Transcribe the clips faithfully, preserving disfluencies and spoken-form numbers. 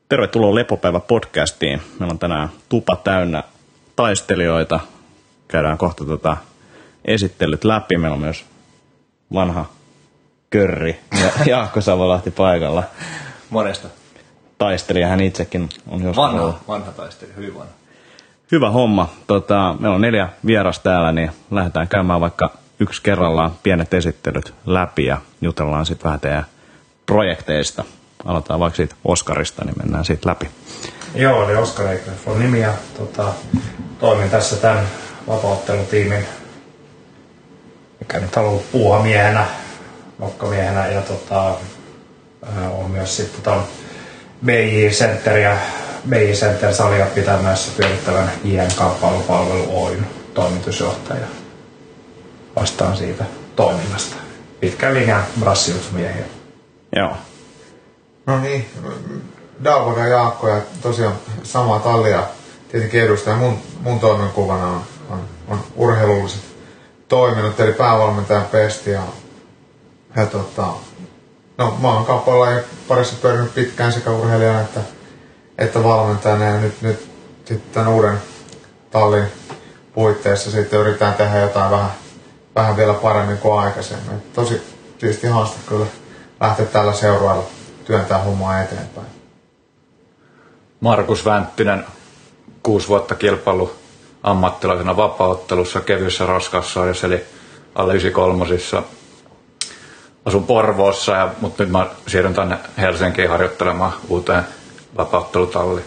Tervetuloa Lepopäivä-podcastiin. Meillä on tänään tupa täynnä taistelijoita. Käydään kohta tota esittelyt läpi. Meillä on myös vanha körri ja Jaakko Savolahti paikalla. Monesta. Taistelija hän itsekin on joskus Vanha, ollut. vanha taistelija, hyvin vanha. Hyvä homma. Tota, meillä on neljä vieras täällä, niin lähdetään käymään vaikka yksi kerrallaan pienet esittelyt läpi ja jutellaan sitten vähän teidän projekteista. Aloitetaan vaikka siitä Oskarista, niin mennään siitä läpi. Joo, eli Oskar Eikref on nimi ja tota, toimin tässä tämän vapauttelutiimin, mikä nyt on ollut puuhamiehenä, nokkamiehenä ja tota, on myös sitten ton B J Center ja B J Center salia pitämässä pyörittävän J M-kamppailupalvelu Oyn toimitusjohtaja. Vastaan siitä toiminnasta. Pitkän linjan brassiusmiehiä. Joo. No niin, Davor ja Jaakko ja tosiaan samaa tallia tietenkin edustaa. Mun, mun toimenkuvana on, on, on urheilulliset toiminnot, eli päävalmentajan pesti ja, ja tota, no, mä oon kamppailulajien parissa pyörinyt pitkään sekä urheilijana että, että valmentajana ja nyt, nyt sitten tämän uuden tallin puitteissa sitten yritetään tehdä jotain vähän, vähän vielä paremmin kuin aikaisemmin. Et tosi tietysti haaste kyllä lähteä tällä seuraalla työntää hommaa eteenpäin. Markus Vänttinen, kuusi vuotta kilpailu ammattilaisena vapauttelussa, kevyessä raskaussarjassa, eli alle yhdeksänkymmentäkolme. Asun Porvoossa, ja, mutta nyt mä siirryn tänne Helsinkiin harjoittelemaan uuteen vapauttelutalliin.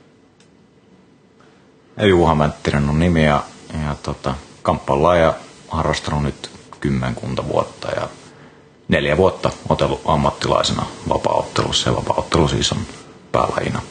Juha Vänttinen on nimi ja, ja tota, kamppailulajia harrastanut nyt kymmenkunta vuotta ja neljä vuotta otellut ammattilaisena vapaaottelussa ja vapaaottelu siis on päälajina.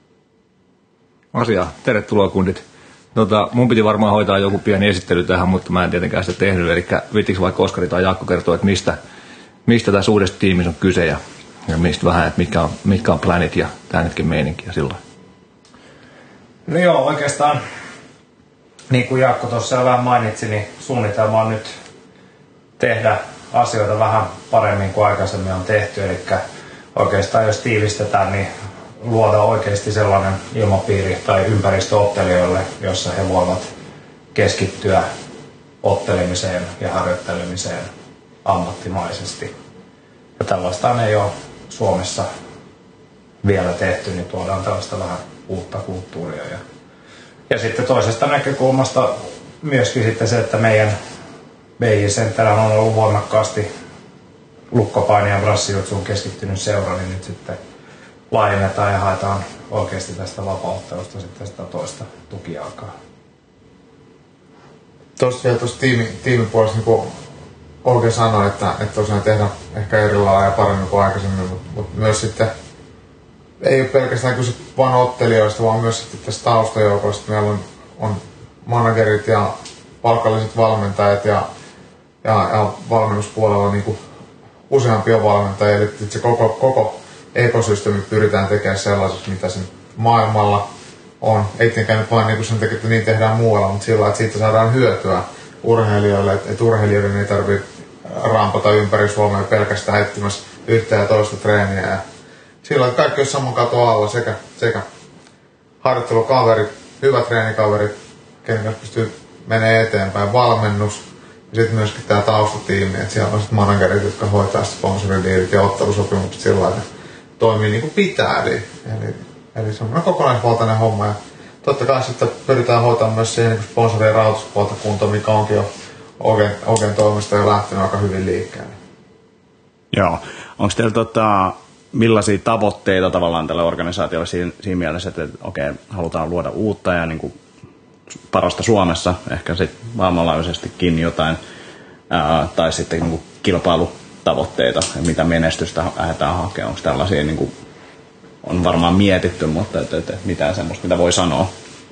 Asia, tervetuloa kundit. Tota, mun piti varmaan hoitaa joku pieni esittely tähän, mutta mä en tietenkään sitä tehnyt. Eli viittikö vaikka Oskari tai Jaakko kertoa, että mistä, mistä tässä uudessa tiimissä on kyse ja, ja mistä vähän, että mitkä on, mitkä on planit ja tämän hetken meininki ja sillä. No joo, oikeastaan niin kuin Jaakko tuossa vähän mainitsi, niin suunnitelma on nyt tehdä asioita vähän paremmin kuin aikaisemmin on tehty. Eli oikeastaan jos tiivistetään, niin luoda oikeasti sellainen ilmapiiri tai ympäristö ottelijoille, jossa he voivat keskittyä ottelemiseen ja harjoittelemiseen ammattimaisesti. Ja tällaista ei ole Suomessa vielä tehty, niin tuodaan tällaista vähän uutta kulttuuria. Ja, ja sitten toisesta näkökulmasta myöskin sitten se, että meidän B J Center on ollut voimakkaasti lukkopaini ja brassijutsuun keskittynyt seura, niin nyt sitten laajennetaan ja haetaan oikeasti tästä vapauttelusta sitten sitä toista tukijalkaa. Tuossa vielä tuossa tiimi, tiimin puolesta, niin kuin oikein sanoi, että, että tosiaan tehdään ehkä eri lailla ja paremmin kuin aikaisemmin, mutta, mutta myös sitten ei ole pelkästään kyse vain ottelijoista, vaan myös sitten tästä taustajoukoista. Meillä on, on managerit ja palkalliset valmentajat ja, ja, ja valmennuspuolella niin kuin useampia valmentajia, eli se koko, koko ekosysteemi pyritään tekemään sellaiseksi, mitä sen maailmalla on. Ei tietenkään nyt vain niin sen takia, että niin tehdään muualla, mutta sillä että siitä saadaan hyötyä urheilijoille, että, että urheilijoiden ei tarvitse rampata ympäri Suomea pelkästään etsimässä yhtä ja toista treeniä. Ja sillä että kaikki olisi saman katon alla, sekä, sekä harjoittelukaverit, hyvät treenikaverit, kenen kanssa pystyy menemään eteenpäin, valmennus ja sitten myöskin tämä taustatiimi, että siellä on sitten managerit, jotka hoitaa sponsoridiilit ja ottelusopimukset sillä että toimii niin kuin pitää. Eli, eli, eli semmoinen kokonaisvaltainen homma. Ja totta kai sitten pyritään hoitamaan myös siihen niin sponsorien rahoituspuolta kuntoon, mikä onkin jo Ogen, Ogen toimesta jo lähtenyt aika hyvin liikkeelle. Joo. Onko teillä tota, millaisia tavoitteita tavallaan tällä organisaatiolla siinä, siinä mielessä, että okei, halutaan luoda uutta ja niin kuin parasta Suomessa, ehkä sitten maailmanlaajuisestikin jotain, ää, tai sitten niin kuin kilpailutavoitteita, mitä menestystä lähdetään hakemaan. Onko tällaisia, niin kuin, on varmaan mietitty, mutta et, et, et, mitään semmoista, mitä voi sanoa?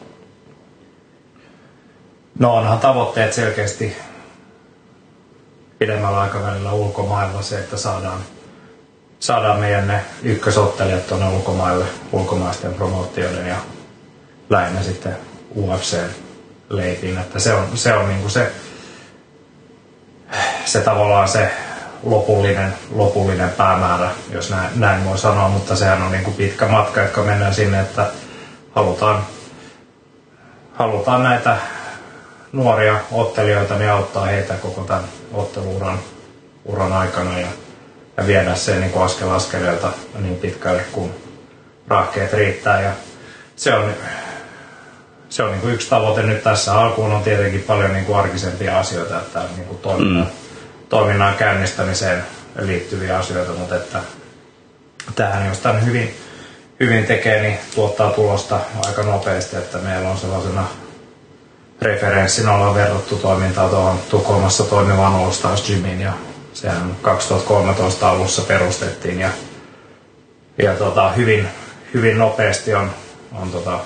No onhan tavoitteet selkeästi pidemmällä aikavälillä ulkomailla se, että saadaan, saadaan meidän ne ykkösottelijat tuonne ulkomaille, ulkomaisten promootioiden ja lähinnä sitten U F C-leipiin. Että se on, se on niinku se, se tavallaan se lopullinen, lopullinen päämäärä, jos näin, näin voi sanoa, mutta sehän on niin kuin pitkä matka, jotka mennään sinne, että halutaan, halutaan näitä nuoria ottelijoita niin auttaa heitä koko tämän otteluuran uran aikana ja, ja viedä se niin kuin askel askeleelta niin pitkälle kuin rahkeet riittää. Ja se on, se on niin kuin yksi tavoite nyt tässä alkuun on tietenkin paljon niin kuin arkisempia asioita, että niin kuin toiminnan, mm. toiminnan käynnistämiseen liittyviä asioita, mutta että tähän jos tämän hyvin, hyvin tekee, niin tuottaa tulosta aika nopeasti, että meillä on sellaisena referenssinä ollaan verrattu toimintaa tuohon Tukholmassa toimivaan All Stars Gymiin ja sehän kaksituhattakolmetoista alussa perustettiin ja, ja tota, hyvin, hyvin nopeasti on, on tota,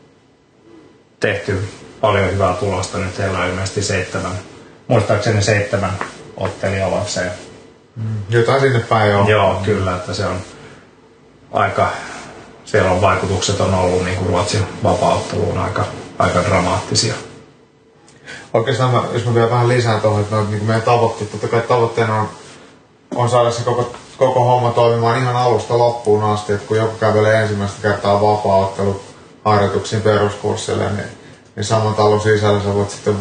tehty paljon hyvää tulosta. Nyt heillä on ilmeisesti seitsemän, muistaakseni seitsemän ottelijaa ollakseen. Mm, jotain sinne päin on. Joo, kyllä, että se on aika, siellä on vaikutukset on ollut niin kuin Ruotsin vapaa-otteluun aika, aika dramaattisia. Oikeastaan mä, jos mä vielä vähän lisään tuohon, että no, niin meidän tavoitteet, totta kai tavoitteena on, on saada se koko, koko homma toimimaan ihan alusta loppuun asti, että kun joku kävelee ensimmäistä kertaa vapaa-ottelu harjoituksiin peruskurssille, niin, niin saman talon sisällä sä voit sitten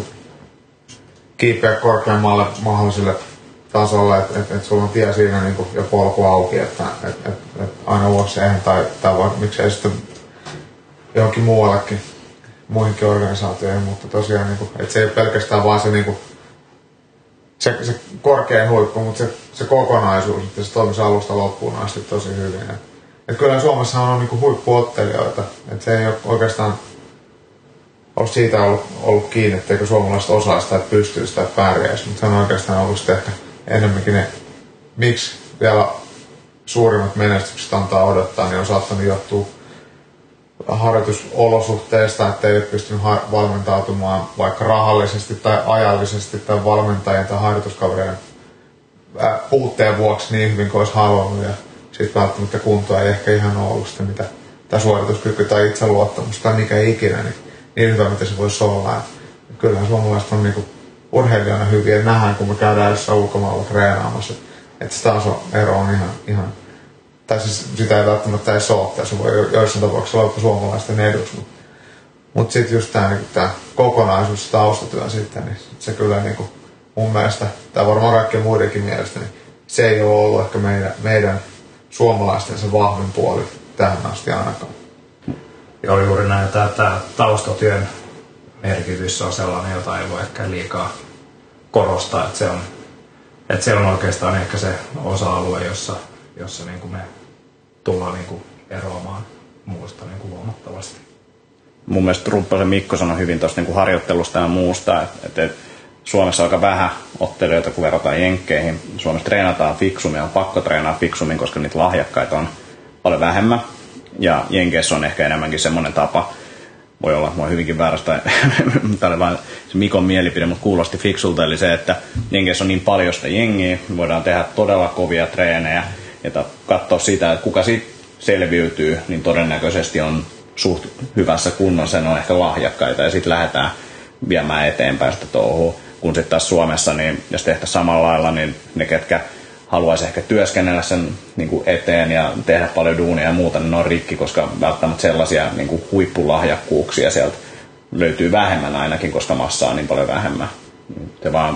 kiipeä korkeammalle mahdolliselle tasolle, että et, et sulla on tie siinä niin kuin jo polku auki, että et, et, et aina U F C:hen tai, tai vai, miksei sitten johonkin muuallekin, muihinkin organisaatioihin, mutta tosiaan niin kuin, että se ei ole pelkästään vaan se, niin kuin, se, se korkein huippu, mutta se, se kokonaisuus, että se toimisi alusta loppuun asti tosi hyvin. Et, et kyllä Suomessa on niin kuin huippuottelijoita, että se ei ole oikeastaan ole siitä ollut, ollut kiinni, etteikö suomalaiset osaisi tai pystyisi tai pärjäisi, mutta se on oikeastaan ollut sitten ehkä enemmänkin ne, miksi vielä suurimmat menestykset antaa odottaa, niin on saattanut johtua harjoitusolosuhteista, että ei ole pystynyt valmentautumaan vaikka rahallisesti tai ajallisesti tai valmentajien tai harjoituskavereiden puutteen vuoksi niin hyvin kuin olisi halunnut ja sitten välttämättä kuntoa ei ehkä ihan ole ollut sitä, mitä tämä suorituskyky tai itseluottamus tai mikä ikinä, niin, niin hyvä mitä se voisi olla. Et kyllähän suomalaiset on niinku urheilijana hyviä ja nähdään, kun me käydään edessä ulkomailla treenaamassa, että se tasoero on ihan, ihan tai siis sitä ei välttämättä edes ole, tai se voi joissain tapauksissa olla suomalaisten eduksi, mutta mut sitten just tämä niinku, kokonaisuus, taustatyö sitten, niin sit se kyllä niinku, mun mielestä, tai varmaan kaikkien muidenkin mielestä, niin se ei ole ollut ehkä meidän, meidän suomalaisten se vahvin puoli tähän asti ainakaan. Joo, juuri näin. Tämä taustatyön merkitys on sellainen, jota ei voi ehkä liikaa korostaa, että se on, että se on oikeastaan ehkä se osa-alue, jossa jossa niin kuin me tullaan niin kuin eroamaan muusta niin kuin huomattavasti. Mun mielestä Rumppasen Mikko sanoi hyvin tuosta niin kuin harjoittelusta ja muusta, että, että Suomessa on aika vähän ottelijoita, kun verrataan jenkkeihin. Suomessa treenataan fiksummin, on pakko treenaa fiksummin, koska niitä lahjakkaita on paljon vähemmän. Ja jenkeissä on ehkä enemmänkin semmoinen tapa, voi olla, voi hyvinkin väärästä, tämä oli vain se Mikon mielipide, mutta kuulosti fiksulta, eli se, että jenkeissä on niin paljon sitä jengiä, me voidaan tehdä todella kovia treenejä, ja katsoa sitä, että kuka siitä selviytyy, niin todennäköisesti on suht hyvässä kunnossa, ne on ehkä lahjakkaita, ja sitten lähdetään viemään eteenpäin sitä touhua. Kun sitten taas Suomessa, niin jos tehtäisiin samalla lailla, niin ne, ketkä haluaisi ehkä työskennellä sen niin kuin eteen ja tehdä paljon duunia ja muuta, niin ne on rikki, koska välttämättä sellaisia niin kuin huippulahjakkuuksia sieltä löytyy vähemmän ainakin, koska massaa on niin paljon vähemmän. Se vaan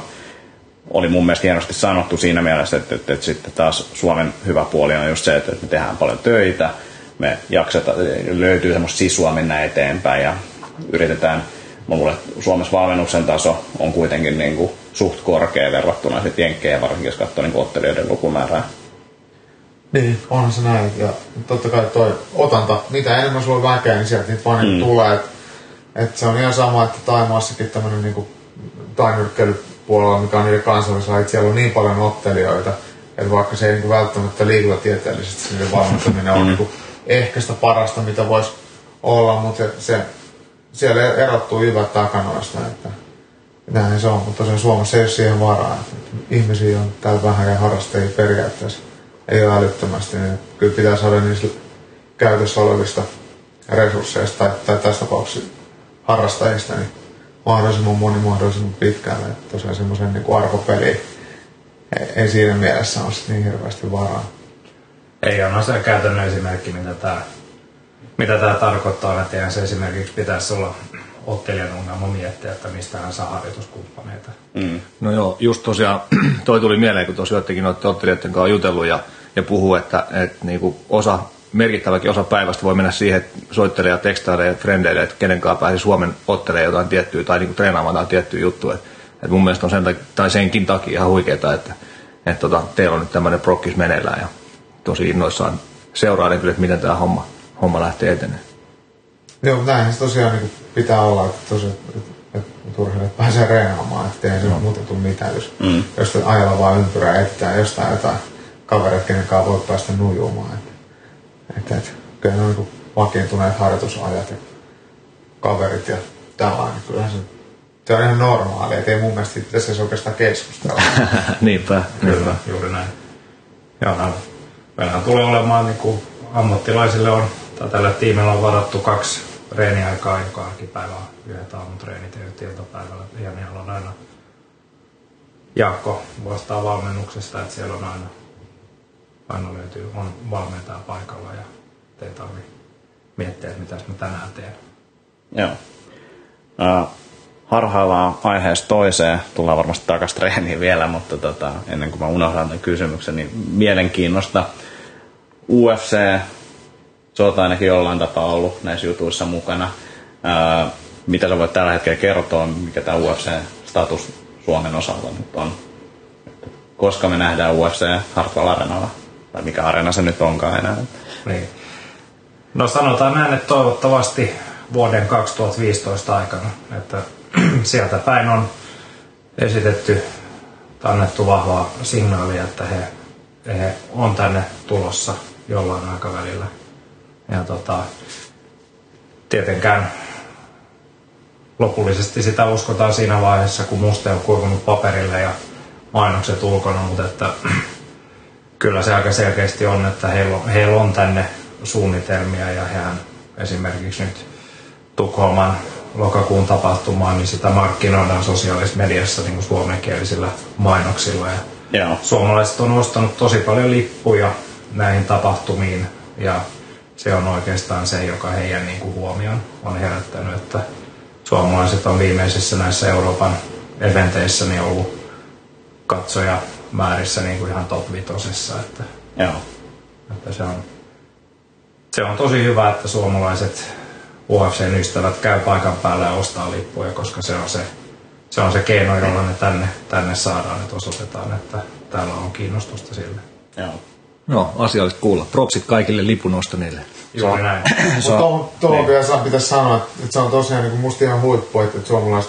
oli mun mielestä hienosti sanottu siinä mielessä, että, että, että sitten taas Suomen hyvä puoli on just se, että me tehdään paljon töitä, me jaksetaan, löytyy semmoista sisua mennä eteenpäin ja yritetään. Mulle Suomessa valmennuksen taso on kuitenkin niin kuin suht korkea verrattuna sitten jenkkeihin, varsinkin jos katsoo niin ottelijoiden lukumäärää. Niin, onhan se näin. Ja totta kai toi otanta, mitä enemmän sulla on väkeä, niin sieltä niitä vaan mm. tulee. Että et se on ihan sama, että Taimaassakin tämmöinen niin tainyrkkeilypuolella, mikä on niiden kansallisella, että siellä on niin paljon ottelijoita, että vaikka se ei niin välttämättä liikuntatieteellisesti niiden valmentaminen on niin ehkä sitä parasta, mitä voisi olla, mutta se, se siellä erottuu hyvät takanoista, että näinhän se on, mutta tosiaan Suomessa ei ole siihen varaa. Että ihmisiä on täällä vähän ja harrastajia periaatteessa ei ole älyttömästi, niin kyllä pitää saada niistä käytössä olevista resursseista tai, tai tässä tapauksessa harrastajista niin mahdollisimman moni mahdollisimman pitkälle. Että tosiaan semmoisen niin kuin arvopeliin ei, ei siinä mielessä ole niin hirveästi varaa. Ei ole se käytännön esimerkki, mitä tämä mitä tää tarkoittaa, että eihän se esimerkiksi pitäisi olla ottelijan ongelma miettiä, että mistä hän saa harjoituskumppaneita. Mm. No joo, just tosiaan toi tuli mieleen, kun tosiaan jotenkin noiden ottelijoiden kanssa jutellut ja, ja puhuu, että, että niinku osa, merkittäväkin osa päivästä voi mennä siihen, että soittelee ja tekstailee frendeille, että kenenkaan pääsi Suomen ottelemaan jotain tiettyä tai niinku treenaamaan jotain tiettyä juttua. Että, että mun mielestä on sen, tai senkin takia ihan huikeeta, että, että tota, teillä on nyt tämmöinen prokkis meneillään ja tosi innoissaan seurailen kyllä, että miten tämä homma, homma lähtee etenemään. Joo, mutta näinhän se tosiaan niin pitää olla, että tosiaan, että, että urheilijat pääsee reenaamaan, että ei se no. muuta tule mitään, jos, mm. jos ajalla vaan ympyrää etsitään jostain jotain kavereita, kenen kanssa voi päästä nujumaan. Että, että, että kyllä ne on niin vakiintuneet harjoitusajat ja kaverit ja tällainen. Kyllähän se, se on ihan normaali, että ei mun mielestä siitä pitäisi oikeastaan keskustella. Niinpä, kyllä, juuri näin. Joo, no, meillähän tulee olemaan niin kuin ammattilaisille on, tai tällä tiimillä on varattu kaksi reeniaikaa joka arkipäivä, yhdet aamutreenit ja yhdet iltapäivällä. Ja niillä on aina Jaakko vastaa valmennuksesta, että siellä on aina, aina löytyy, on valmentaja paikalla ja ei tarvitse miettiä, että mitäs mä tänään teen. Joo. Uh, harhaillaan aiheesta toiseen, tullaan varmasti takaisin treeniin vielä, mutta tota, ennen kuin mä unohdan tämän kysymyksen, niin mielenkiinnosta U F C, sä oot ainakin jollain tapaa ollut näissä jutuissa mukana. Ää, mitä sä voit tällä hetkellä kertoa, mikä tämä U F C-status Suomen osalta nyt on? Koska me nähdään U F C Hartwall Arenalla? Tai mikä areena se nyt onkaan enää? Niin. No sanotaan näin, että toivottavasti vuoden kaksituhattaviisitoista aikana. Että sieltä päin on esitetty, annettu vahvaa signaalia, että he, he on tänne tulossa jollain aikavälillä. Ja tota, tietenkään lopullisesti sitä uskotaan siinä vaiheessa, kun muste on kuivunut paperille ja mainokset ulkona, mutta että kyllä se aika selkeästi on, että heillä on, heillä on tänne suunnitelmia ja hehän esimerkiksi nyt Tukholman lokakuun tapahtumaan, niin sitä markkinoidaan sosiaalisessa mediassa niin kuin suomenkielisillä mainoksilla. Ja Joo. Suomalaiset on ostanut tosi paljon lippuja näihin tapahtumiin ja se on oikeastaan se, joka heidän niin kuin huomion on herättänyt, että suomalaiset on viimeisissä näissä Euroopan eventeissä niin ollut katsojamäärissä niin kuin ihan top vitosessa, että, Joo. että se, on, se on tosi hyvä, että suomalaiset U F C:n ystävät käy paikan päällä ja ostaa lippuja, koska se on se, se, on se keino, jolla ne tänne, tänne saadaan, että osoitetaan, että täällä on kiinnostusta sille. Joo. No, asiallista kuulla. Propsit kaikille lipun ostaneille. Juuri näin. Mutta tuohon niin. vielä pitäisi sanoa, että se on tosiaan niin musta ihan huippu, että suomalaiset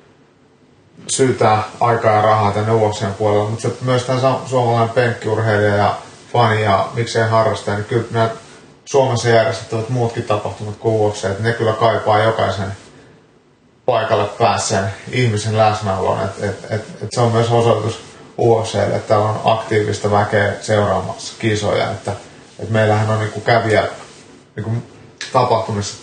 syytää aikaa ja rahaa tänne U F C:n puolella, mutta se myös tämä suomalainen penkkiurheilija ja fani ja miksei harrastaja, niin kyllä nämä Suomessa järjestettävät muutkin tapahtumat kuin U F C, että ne kyllä kaipaa jokaisen paikalle päässeen ihmisen läsnäolon, että et, et, et se on myös osoitus U F C:lle, että täällä on aktiivista väkeä seuraamassa kisoja, että et meillähän on niinku kävijä niinku tapahtumissa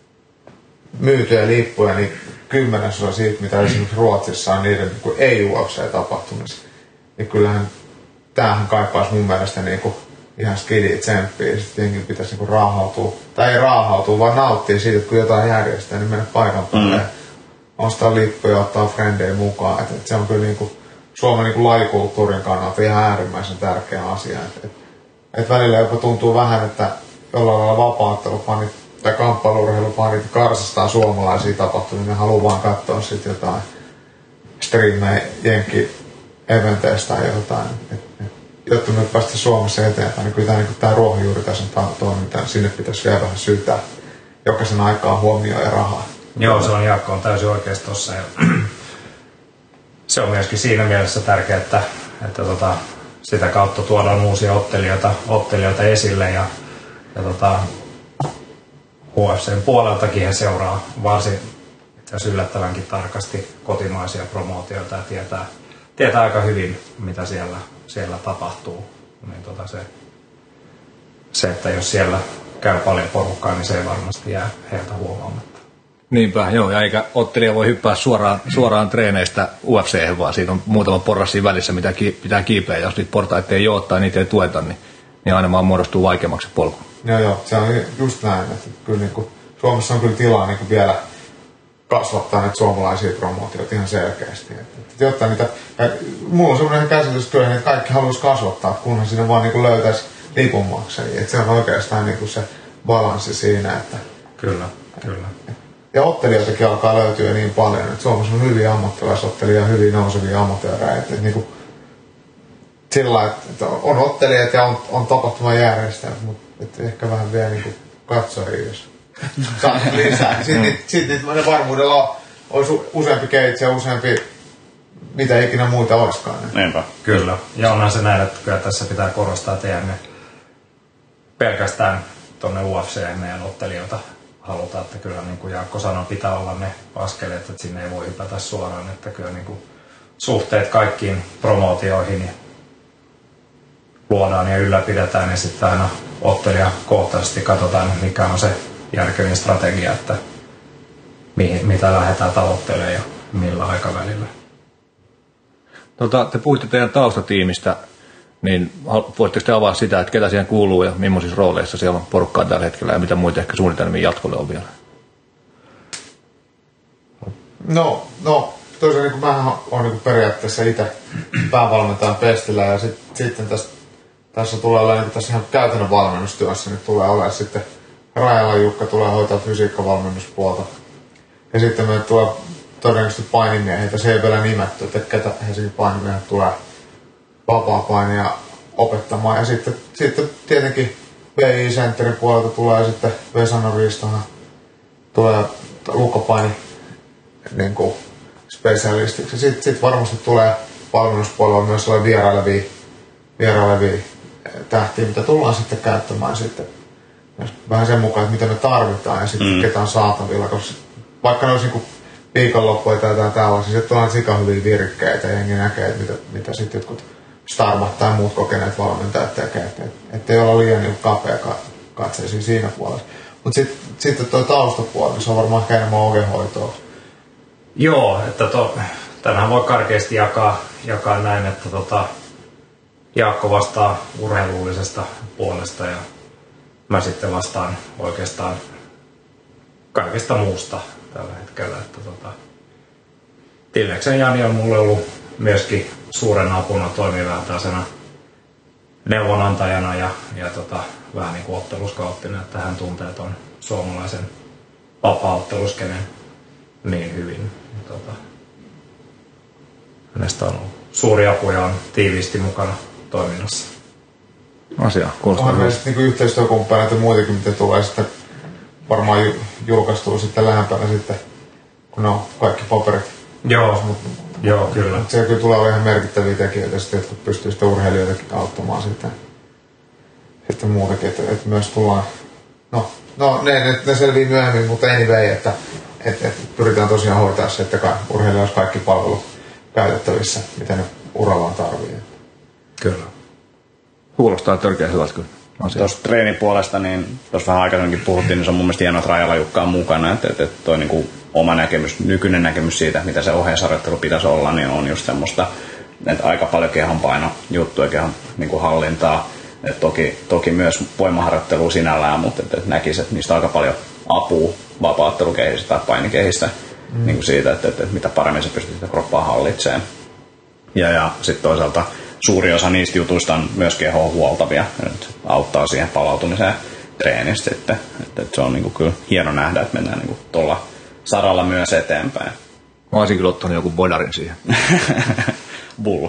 myytyjä lippuja, niin kymmenesosa siitä, mitä esimerkiksi Ruotsissa on niiden niinku ei-U F C-tapahtumissa. Niin kyllähän tämähän kaipaisi mun mielestä niinku ihan skidi tsemppiä, ja sitten jenkin pitäisi niinku raahautua, tai ei raahautua, vaan nauttia siitä, että kun jotain järjestää, niin mennä paikan päälle mm. ostaa lippuja ja ottaa frendejä mukaan. Et, et se on kyllä niinku Suomen niinku lajikulttuurin kannalta ihan äärimmäisen tärkeä asia. Et, et, et välillä jopa tuntuu vähän, että jollain lailla vapaa-ottelufanit tai kamppailurheilufanit karsastaa suomalaisia tapahtumia, ne haluaa vaan katsoa sit jotain striimejä jenkki-eventeistä tai jotain. Et, et, jotta me päästä Suomessa eteenpäin, niin kyllä tämä, niin tämä ruohonjuuritason toiminta, niin sinne pitäisi vielä vähän syytää jokaisen aikaa huomioon ja rahaa. Joo, se on Jaakko on täysin oikeassa tossa. Ja se on myöskin siinä mielessä tärkeää, että, että tota, sitä kautta tuodaan uusia ottelijoita, ottelijoita esille ja, ja tota, U F C:n puoleltakin he seuraa varsin yllättävänkin tarkasti kotimaisia promootioita ja tietää, tietää aika hyvin, mitä siellä, siellä tapahtuu. Niin tota se, se, että jos siellä käy paljon porukkaa, niin se ei varmasti jää heiltä huomaamatta. Niinpä, joo, ja eikä ottelija voi hyppää suoraan, suoraan treeneistä U F C:hen, vaan siinä on muutama porras siinä välissä, mitä ki, pitää kiipeä, ja jos niitä portaita ei ole tai niitä ei tueta, niin, niin aina vaan muodostuu vaikeammaksi polku. Joo, joo, se on just näin, että kyllä niin kuin, Suomessa on kyllä tilaa niin kuin vielä kasvattaa näitä suomalaisia promootioita ihan selkeästi. Että, että jotta niitä, ja mulla on semmoinen käsitys kyllä, että kaikki haluaisi kasvattaa, kunhan siinä vaan niin kuin löytäisi lipunmaksajia. Että se on oikeastaan niin kuin se balanssi siinä, että Kyllä, kyllä. ja ottelijoitakin alkaa löytyä niin paljon, että Suomessa on hyviä ammattilaisottelijoita ja hyvin nousevia amatöörejä. Että, että, niin sillä lailla, että on ottelijat ja on, on tapahtumajärjestäjät, mutta että ehkä vähän vielä niin katsojia, jos saat lisää. Sitten sit, sit, ne varmuudella olisi useampi keitsi ja useampi mitä ikinä muita olisikaan. Niinpä. Kyllä. Ja onhan se näin, että kyllä tässä pitää korostaa, että eihän me pelkästään tuonne U F C:hen meidän ottelijoita halutaan, että kyllä niin kuin Jaakko sanoi, pitää olla ne askeleet, että sinne ei voi hypätä suoraan, että kyllä niin kuin suhteet kaikkiin promootioihin luodaan ja ylläpidetään ja sitten aina ottelijakohtaisesti katsotaan, mikä on se järkevin strategia, että mihin, mitä lähdetään tavoittelemaan ja millä aikavälillä. Tota, te puhuitte teidän taustatiimistä, niin voitteko te avaa sitä, että ketä siihen kuuluu ja millaisissa rooleissa siellä on porukkaa tällä hetkellä ja mitä muita ehkä suunnitelmia jatkolle on vielä? No, no tosiaan niin kuin mähän olen niin periaatteessa itse päävalmentajan pestillä ja sit, sitten tästä, tässä tulee olemaan niin tässä ihan käytännön valmennustyössä, niin tulee olemaan sitten Rajala Jukka tulee hoitaa fysiikkavalmennuspuolta. Ja sitten meille tulee todennäköisesti painimiehiä, se ei vielä nimetty, että ketä Helsingin painimiehet tulee vapaa-painia opettamaan. Ja sitten, sitten tietenkin V I-sentterin puolelta tulee sitten Vesana Riistohan, tulee lukkopaini niin kuin spesialistiksi. Sitten sit varmasti tulee valmennuspuolella myös sellainen vierailevia, vierailevia tähtiä, mitä tullaan sitten käyttämään sitten vähän sen mukaan, että mitä me tarvitaan ja sitten mm. ketä on saatavilla. Koska vaikka ne olisi niin viikonloppuja tai jotain tällaisia, sitten tullaan sika hyviä virkkeitä ja jengi näkee, että mitä, mitä sitten jotkut Starmat tai muut kokeneet valmentajat tekee. Että ei olla liian niin kapea katseisiin siinä puolessa. Mutta sitten sit tuo taustapuoli, niin se on varmaan ehkä enemmän ogehoitoa. Joo, että to, tänään voi karkeasti jakaa, jakaa näin, että tota, Jaakko vastaa urheilullisesta puolesta ja mä sitten vastaan oikeastaan kaikesta muusta tällä hetkellä. Että tota, Tilleksen Jani on mulle ollut myöskin suuren apuna toimivääntäisenä neuvonantajana ja, ja tota, vähän niin kuin otteluskauppina, että hän tuntee ton suomalaisen vapaa-otteluskenen niin hyvin. Tota, hänestä on ollut suuri apu ja on tiiviisti mukana toiminnassa. Asia, kuulostaa onhan meillä niin yhteistyökumppaneita ja muitakin, mitä tulee sitten varmaan julkaistua sitten lähempänä sitten, kun ne on kaikki paperit. Joo, mut, joo kyllä. Mutta siellä kyllä tulee olla ihan merkittäviä tekijöitä, sitten, jotka pystyy sitten urheilijoitakin auttamaan sitten, sitten muutakin, että, että myös tullaan, no, no ne, ne, ne selvii myöhemmin, mutta anyway, että että, että pyritään tosiaan hoitaa se, että urheilijoilla olisi kaikki palvelut käytettävissä, mitä ne urallaan tarvii. Kyllä. Kuulostaa törkeä hyvältä kyllä. Tuossa treenipuolesta, niin tuossa vähän aikaisemminkin puhuttiin, niin se on mun mielestä hienoa, että Rajala Jukka on mukana. Että, että toi niin kuin oma näkemys, nykyinen näkemys siitä, mitä se oheisharjoittelu pitäisi olla, niin on just semmoista, että aika paljon kehonpaino juttuja, kehon niin kuin hallintaa. Että toki, toki myös voimaharjoittelua sinällään, mutta että, että näkisi, että niistä on aika paljon apua vapaa-ottelukehistä tai painikehistä mm. niin kuin siitä, että, että, että mitä paremmin se pystyy sitä kroppaa hallitsemaan. Ja, ja sitten toisaalta suuri osa niistä jutuista on myös kehoa huoltavia. Nyt auttaa siihen palautumiseen treenistä. Että, että, että se on niin kuin kyllä hieno nähdä, että mennään niin tuolla saralla myös eteenpäin. Mä olisin kyllä ottanut joku bodarin siihen. Bull.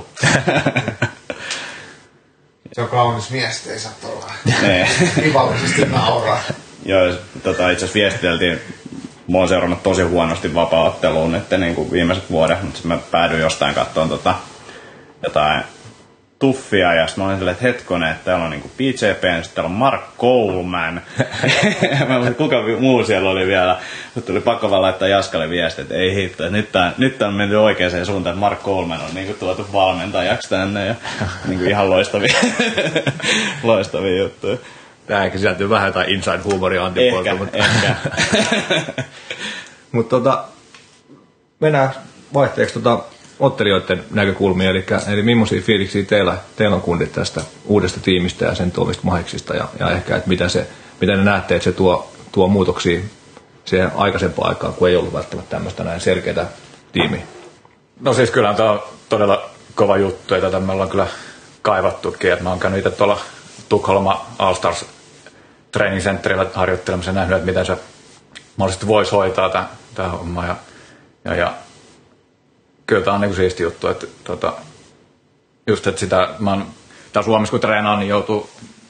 Se on kaunis mies, ei saa olla kivallisesti nauraa. Joo, tota, itse asiassa viestiteltiin. Mä oon seurannut tosi huonosti vapaa-otteluun että niin kuin viimeiset vuodet, mutta mä päädyin jostain katsomaan tota, jotain tuffia ja sitten mä olin silleen, että hetkonen, että täällä on niinku P J P, ja sitten täällä on Mark Coleman. Mä olin, kuka muu siellä oli vielä. Sitten tuli pakko vaan laittaa Jaskalle viesti, että ei hitto, että nyt on, nyt on mennyt oikeaan suuntaan, että Mark Coleman on niinku tuotu valmentajaksi tänne ja niinku ihan loistavia, loistavia juttuja. Tää ehkä sisältyy vähän jotain inside-huumoria Antin Ehkä, ehkä. Mutta tota, mennään vaihteeksi tota ottelijoiden näkökulmia, eli, eli millaisia fiiliksiä teillä, teillä on kundit tästä uudesta tiimistä ja sen tuomista mahiksista, ja, ja ehkä, että mitä, se, mitä ne näette, että se tuo, tuo muutoksia siihen aikaisempaan aikaan, kun ei ollut välttämättä tämmöistä näin selkeää tiimiä. No siis kyllähän tämä on todella kova juttu, ja tätä me ollaan kyllä kaivattukin, että mä oon käynyt itse tuolla Tukholma All Stars Training Centerillä harjoittelemassa ja nähnyt, että miten se mahdollisesti voisi hoitaa tämä, tämä homma, ja, ja, ja kyllä tämä on niin siisti juttu, että tota, just, että sitä, mä oon, tää Suomessa kun treenaa, niin joutuu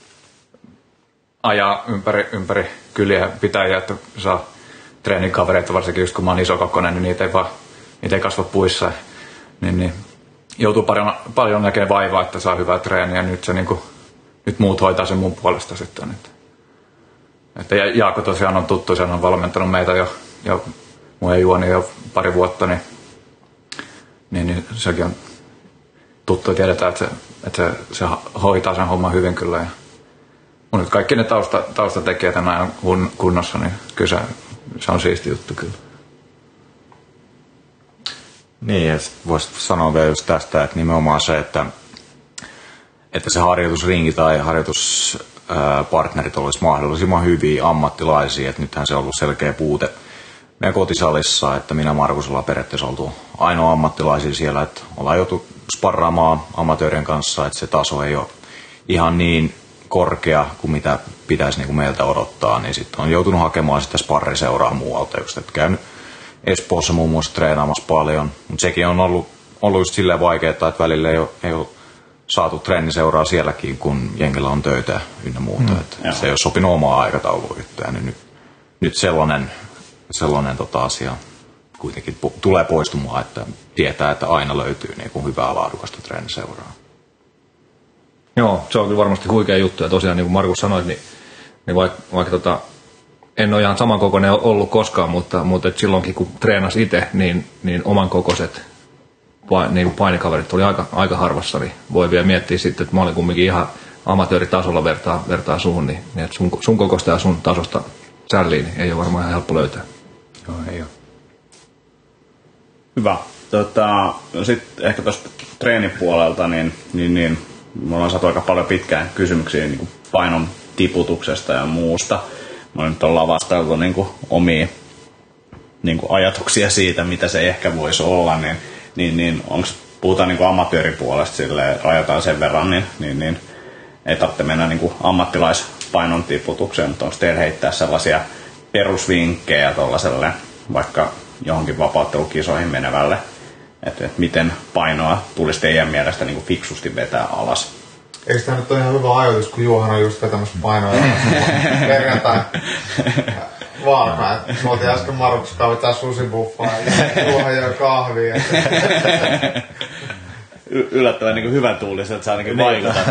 ajaa ympäri, ympäri kyliä pitäjiä, että saa treenikavereita, varsinkin just kun mä oon isokokoinen, niin niitä ei, vaan, niitä ei kasva puissa, niin, niin joutuu paljon, paljon näkemään vaivaa, että saa hyvää treeniä, ja nyt, se, niin kuin, nyt muut hoitaa sen mun puolesta sitten. Että, että Jaakko tosiaan on tuttu, se on valmentanut meitä jo, jo mun ja Juoni jo pari vuotta, niin Niin, niin sekin on tuttu ja tiedetään, että, se, että se, se hoitaa sen homman hyvin kyllä. Ja mun nyt kaikki ne tausta, taustatekijät on kunnossa, niin kyllä se, se on siisti juttu kyllä. Niin, ja voisi sanoa vielä just tästä, että nimenomaan se, että, että se harjoitusringi tai harjoituspartnerit olisi mahdollisimman hyviä ammattilaisia, että nythän se on ollut selkeä puute meidän kotisalissa, että minä Markus ollaan periaatteessa oltu ainoa ammattilaisia siellä, että ollaan joutu sparraamaan amatöörien kanssa, että se taso ei ole ihan niin korkea kuin mitä pitäisi niin kuin meiltä odottaa, niin sitten on joutunut hakemaan sitä sparriseuraa muualta, just, että käynyt Espoossa muun muassa treenaamassa paljon, mutta sekin on ollut, ollut just silleen vaikeaa, että välillä ei ole, ei ole saatu treeniseuraa sielläkin, kun jengillä on töitä ynnä muuta, mm, että se ei ole sopinut omaa aikataulua yhtään, niin nyt, nyt sellainen sellainen tota asia kuitenkin po- tulee poistumaan, että tietää, että aina löytyy niin kuin hyvää laadukasta treeniseuraa. Joo, se on kyllä varmasti huikea juttu, ja tosiaan niin kuin Markus sanoi, niin, niin vaikka, vaikka tota, en ole ihan samankokoinen ollut koskaan, mutta, mutta et silloinkin kun treenasi itse, niin, niin oman kokoiset niin painikaverit oli aika, aika harvassa, niin voi vielä miettiä sitten, että mä olin kumminkin ihan amatööritasolla vertaa, vertaa suhun, niin, niin että sun, sun kokoista ja sun tasosta sälliin niin ei ole varmaan ihan helppo löytää. Joo, ei ole. Hyvä. Tota, sitten ehkä tuosta treenipuolelta, niin, niin, niin me ollaan saatu aika paljon pitkään kysymyksiä niin kuin painon tiputuksesta ja muusta. Me nyt ollaan vastailtu niin kuin omia niin kuin ajatuksia siitä, mitä se ehkä voisi olla, niin, niin, niin onko, puhutaan niin kuin amatööripuolesta, silleen, rajataan sen verran, niin, niin, niin ei tarvitse mennä niin kuin ammattilaispainon tiputukseen, mutta onko teillä heittää sellaisia perusvinkkejä tuollaiselle vaikka johonkin vapauttelukisoihin menevälle, että et miten painoa tulisi teidän mielestä niin kuin fiksusti vetää alas? Eikö tämä nyt ole ihan hyvä ajoitus, kun Juhan on just vetämässä painoa perjantai vaakaa. Me oltiin äsken Markus kaavittaa susibuffaa ja Juhan joi kahvia. Y- yllättävän niin kuin hyvän tuulisen, että sä ainakin vaikutat.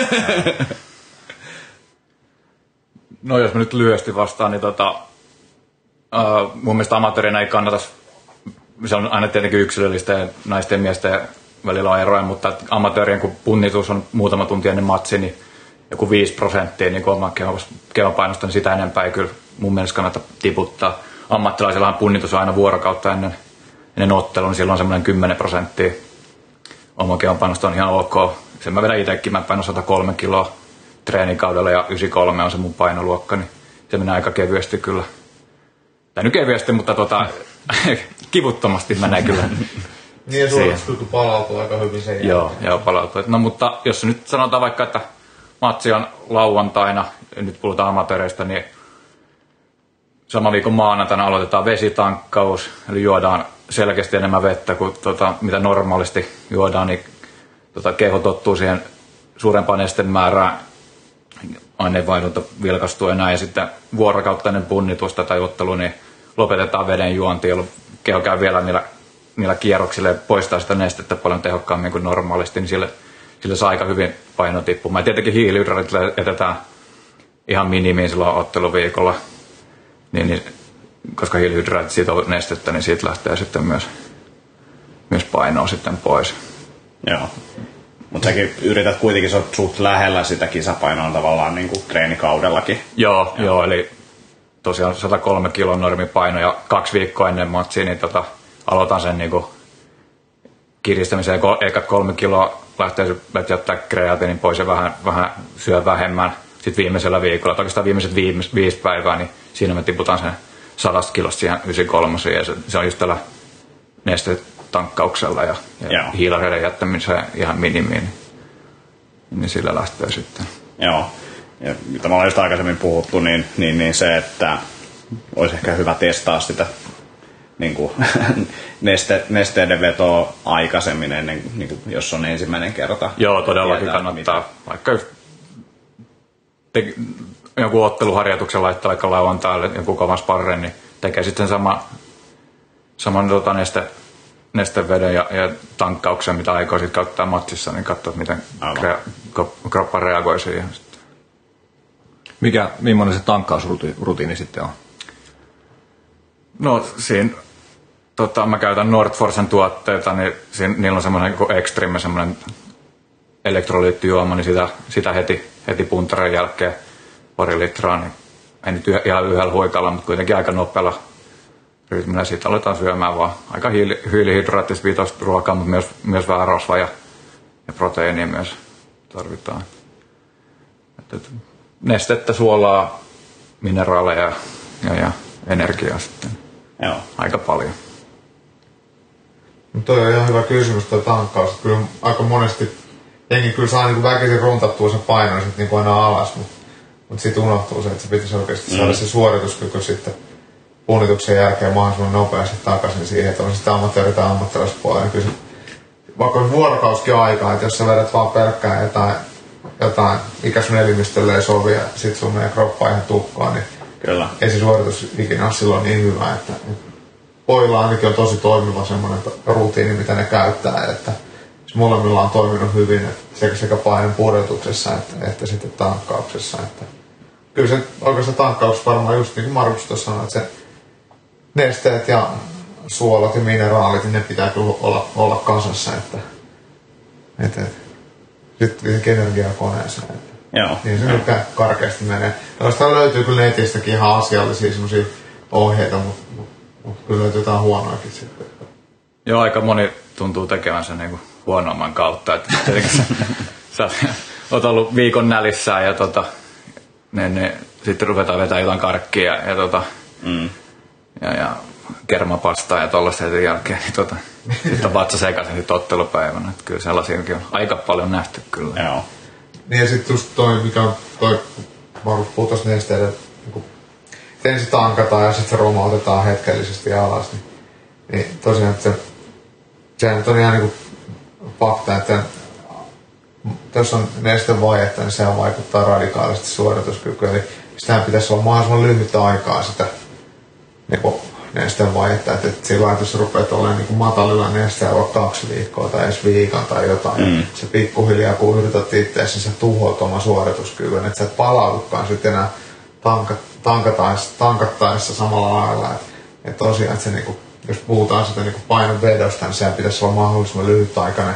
No jos mä nyt lyhyesti vastaan, niin tota, uh, mun mielestä amatöörinä ei kannata, se on aina tietenkin yksilöllistä ja naisten ja miesten välillä on eroja, mutta amatöörien kun punnitus on muutama tunti ennen matsi, niin joku viisi prosenttia niin oman kehopainosta, niin sitä enempää ei kyllä mun mielestä kannata tiputtaa. Ammattilaisillahan punnitus on aina vuorokautta ennen, ennen ottelua, niin silloin semmoinen kymmenen prosenttia oman kehopainosta on ihan ok. Sen mä vedän itsekin, mä painan sata kolme kiloa treenikaudella ja yhdeksänkymmentäkolme on se mun painoluokka, niin se menee aika kevyesti kyllä. Tai nyt kevyesti, mutta tota, kivuttomasti menee kyllä. Niin ja suorituskyky palautuu aika hyvin sen jälkeen. Joo, joo palautuu. No mutta jos nyt sanotaan vaikka, että matsi on lauantaina, nyt puhutaan amatööreistä, niin sama viikon maanantaina aloitetaan vesitankkaus, eli juodaan selkeästi enemmän vettä kuin tota, mitä normaalisti juodaan, niin tota, keho tottuu siihen suurempaan nestemäärään, aineenvaihdunta vilkastuu enää, ja sitten vuorokauttainen punnitus tai ottelu, niin lopetetaan veden juonti, jolloin keho käy vielä niillä, niillä kierroksilla ja poistaa sitä nestettä paljon tehokkaammin kuin normaalisti, niin sille, sille saa aika hyvin paino tippumaan. Ja tietenkin hiilihydraatit jätetään ihan minimiin silloin otteluviikolla, niin, niin, koska hiilihydraatit siitä on nestettä, niin siitä lähtee sitten myös, myös painoa sitten pois. Joo. Mutta säkin yrität kuitenkin, sä suht lähellä sitä kisapainoa tavallaan niin kuin treenikaudellakin. Joo, joo. joo, eli tosiaan sata kolme kilon normipaino ja kaksi viikkoa ennen matsia, niin tota, aloitan sen niinku kiristämiseen. Ekat kolme kiloa lähtee jättää kreatiinin pois ja vähän, vähän syö vähemmän. Sitten viimeisellä viikolla, tai oikeastaan viimeiset viimeis, viisi päivää, niin siinä me tiputaan sen sadasta kilosta siihen yhdeksänkymmentäkolme ja se, se on just tällä nestetankkauksella ja, ja hiilareiden jättämiseen ihan minimiin, niin, niin sillä lähtee sitten. Joo, ja mitä me ollaan just aikaisemmin puhuttu, niin, niin, niin se, että olisi ehkä hyvä testaa sitä niin kuin, neste, nesteiden vetoa aikaisemmin, ennen, niin kuin, jos on ensimmäinen kerta. Joo, todellakin kannattaa. Mitä. Vaikka te, joku otteluharjoituksen laittaa vaikka lauantaille joku kovan sparren, niin tekee sitten sama, saman tota, neste, nesteveden ja, ja tankkauksen, mitä aikoo sitten käyttää matsissa, niin katsoa, miten rea, kroppa reagoi siihen. Mikä, millainen se tankkausrutiini sitten on? No siinä, tota, mä käytän Nordforsen tuotteita, niin siinä, niillä on semmoinen niin Extreme, semmoinen elektrolyyttijuoma, niin sitä, sitä heti, heti puntarin jälkeen pari litraa, niin ei nyt ihan yhdellä huikalla, mutta kuitenkin aika nopealla rytmillä siitä aletaan syömään vaan aika hiili, hiilihydraattista vitosta ruokaa, mutta myös, myös vähän rasvaa ja, ja proteiinia myös tarvitaan. Et, et, nestettä, suolaa, mineraaleja ja, ja energiaa sitten. Joo. Aika paljon. No toi on ihan hyvä kysymys toi tankkaus. Kyllä aika monesti jengi kyllä saa niinku väkisin runtattua sen painon sit niinku aina alas, mutta mut sit unohtuu se, että se pitäisi oikeasti mm. saada se suorituskyky sitten punnituksen jälkeen mahdollisimman nopeasti takaisin siihen, että on sitten amatööri tai ammattilaispuolella. Niin kyllä se, vaikka on vuorokauskin aikaa, että jos sä vedät vaan pelkkää jotain, jotain mikä sun elimistölle ei sovi ja sit sun menee kroppa ihan tukkaan, niin kyllä. Ei se suoritus ikinä ole silloin niin hyvä, että pojilla ainakin on tosi toimiva semmoinen rutiini, mitä ne käyttää, että molemmilla on toiminut hyvin sekä, sekä painon pudotuksessa että, että sitten tankkauksessa. Että kyllä se oikeastaan tankkaus varmaan just niin kuin Markus tuossa sanoi, että se nesteet ja suolat ja mineraalit, niin ne pitää kyllä olla, olla kasassa, että, että, että sitten energiaa koneeseen. Että. Joo. Niin se nyt karkeasti menee. Noista löytyy kyllä netistäkin ihan asiallisia semmosia ohjeita, mutta mut, mut kyllä löytyy jotain huonoakin sitten. Joo, aika moni tuntuu tekevän sen niinku huonomman kautta. Että sä, sä oot ollut viikon nälissään ja tota, ne, ne, sitten ruvetaan vetämään jotain karkkia ja, ja, tota, mm. ja, ja kermapastaa ja tollaista sen jälkeen. Niin tota, sitten on vatsa sekaisin sit ottelupäivänä. Että kyllä sellaisiakin on aika paljon nähty kyllä. Joo. Niin ja sitten just toi, mikä on toi, Markus puhui tuossa nesteiden, niin ensin tankataan ja sitten se romautetaan hetkellisesti alas. Niin, niin tosiaan, että se, sehän nyt on ihan niin kuin fakta, että jos on nestevajetta, niin sehän vaikuttaa radikaalisti suorituskykyyn. Eli sitähän pitäisi olla mahdollisimman lyhyttä aikaa sitä niin nestevajetta. Että, että sillä jos rupeat olemaan niin matalilla nesteellä vaikka kaksi viikkoa tai edes viikon tai jotain, mm. se pikkuhiljaa kun yrität itseäsi, niin sä tuhoat oman suorituskyvyn. Että sä et palaudukaan sitten enää tankattaessa, tankattaessa samalla lailla. Että, että tosiaan, että se, niin kuin, jos puhutaan sitä niin painon vedosta, niin sehän pitäisi olla mahdollisimman lyhytaikainen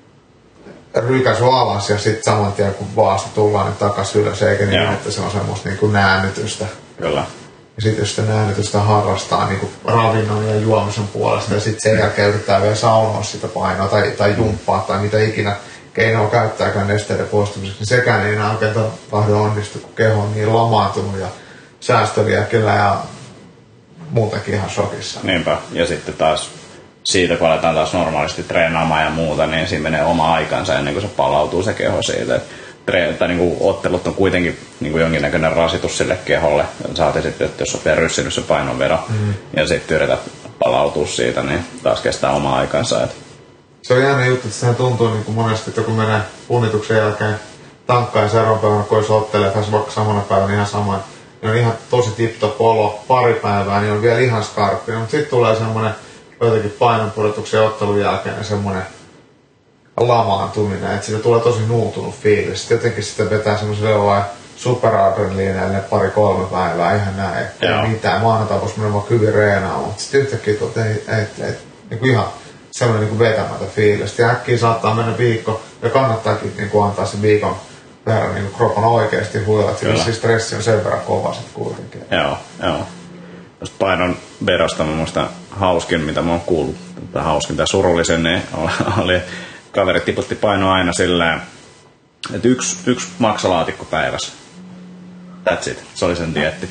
rykäsy alas ja sitten saman tien kun vaasta tullaan, niin takaisin ylös, eikä niin, Joo. että se on semmoista niin kuin näännytystä. Kyllä. Ja sitten jos sitä näännytystä harrastaa niin kuin ravinnon ja juomisen puolesta ja sitten sen jälkeen yrittää vielä saunoa sitä painoa tai, tai jumppaa tai mitä ikinä keinoa käyttääkään nesteiden poistamiseksi, niin sekään ei enää oikein tahdo onnistu, kun keho on niin lamaantunut ja säästöliäkillä ja muutenkin ihan shokissa. Niinpä. Ja sitten taas siitä, kun aletaan taas normaalisti treenaamaan ja muuta, niin siinä menee oma aikansa ennen kuin se palautuu se keho siitä. Tre- tai niin kuin ottelut on kuitenkin niin kuin jonkinnäköinen rasitus sille keholle. Saatiin sitten, että jos on ryssinyt se painonvedo mm. ja sitten yrität palautua siitä, niin taas kestää oma aikansa. Et. Se on jännä juttu, että sehän tuntuu niin kuin monesti, että kun menee punnituksen jälkeen tankkaan ja seuraavan päivänä, kun jos ottelee tai vaikka samana päivänä ihan samoin, niin on ihan tosi tip-top olo, pari päivää, niin on vielä ihan skarppina, mutta sitten tulee semmoinen jotenkin painonpudotuksen ottelun jälkeen semmoinen lamaantuminen, että siitä tulee tosi nuutunut fiilis. Sitten jotenkin sitten vetää semmoiselle jollain superadrenaliineille pari-kolme päivää, ihan näin. Ei mitään, maanantai voisi mennä vaan hyvin reenaamaan, mutta sitten yhtäkkiä tuot, ei, ei, ei, niin kuin ihan semmoinen niin kuin vetämätön fiilis. Ja äkkiä saattaa mennä viikko, ja kannattaakin niin kuin antaa sen viikon verran niin kropan oikeasti huilla, että siis stressi on sen verran kova sitten kuitenkin. Joo, joo. Tuosta painon verosta mä muistan hauskin, mitä mä oon kuullut, tai hauskin tai surullisen, niin oli, kaveri tiputti painoa aina silleen, että yksi, yksi maksalaatikko päivässä. That's it. Se oli sen dieetti.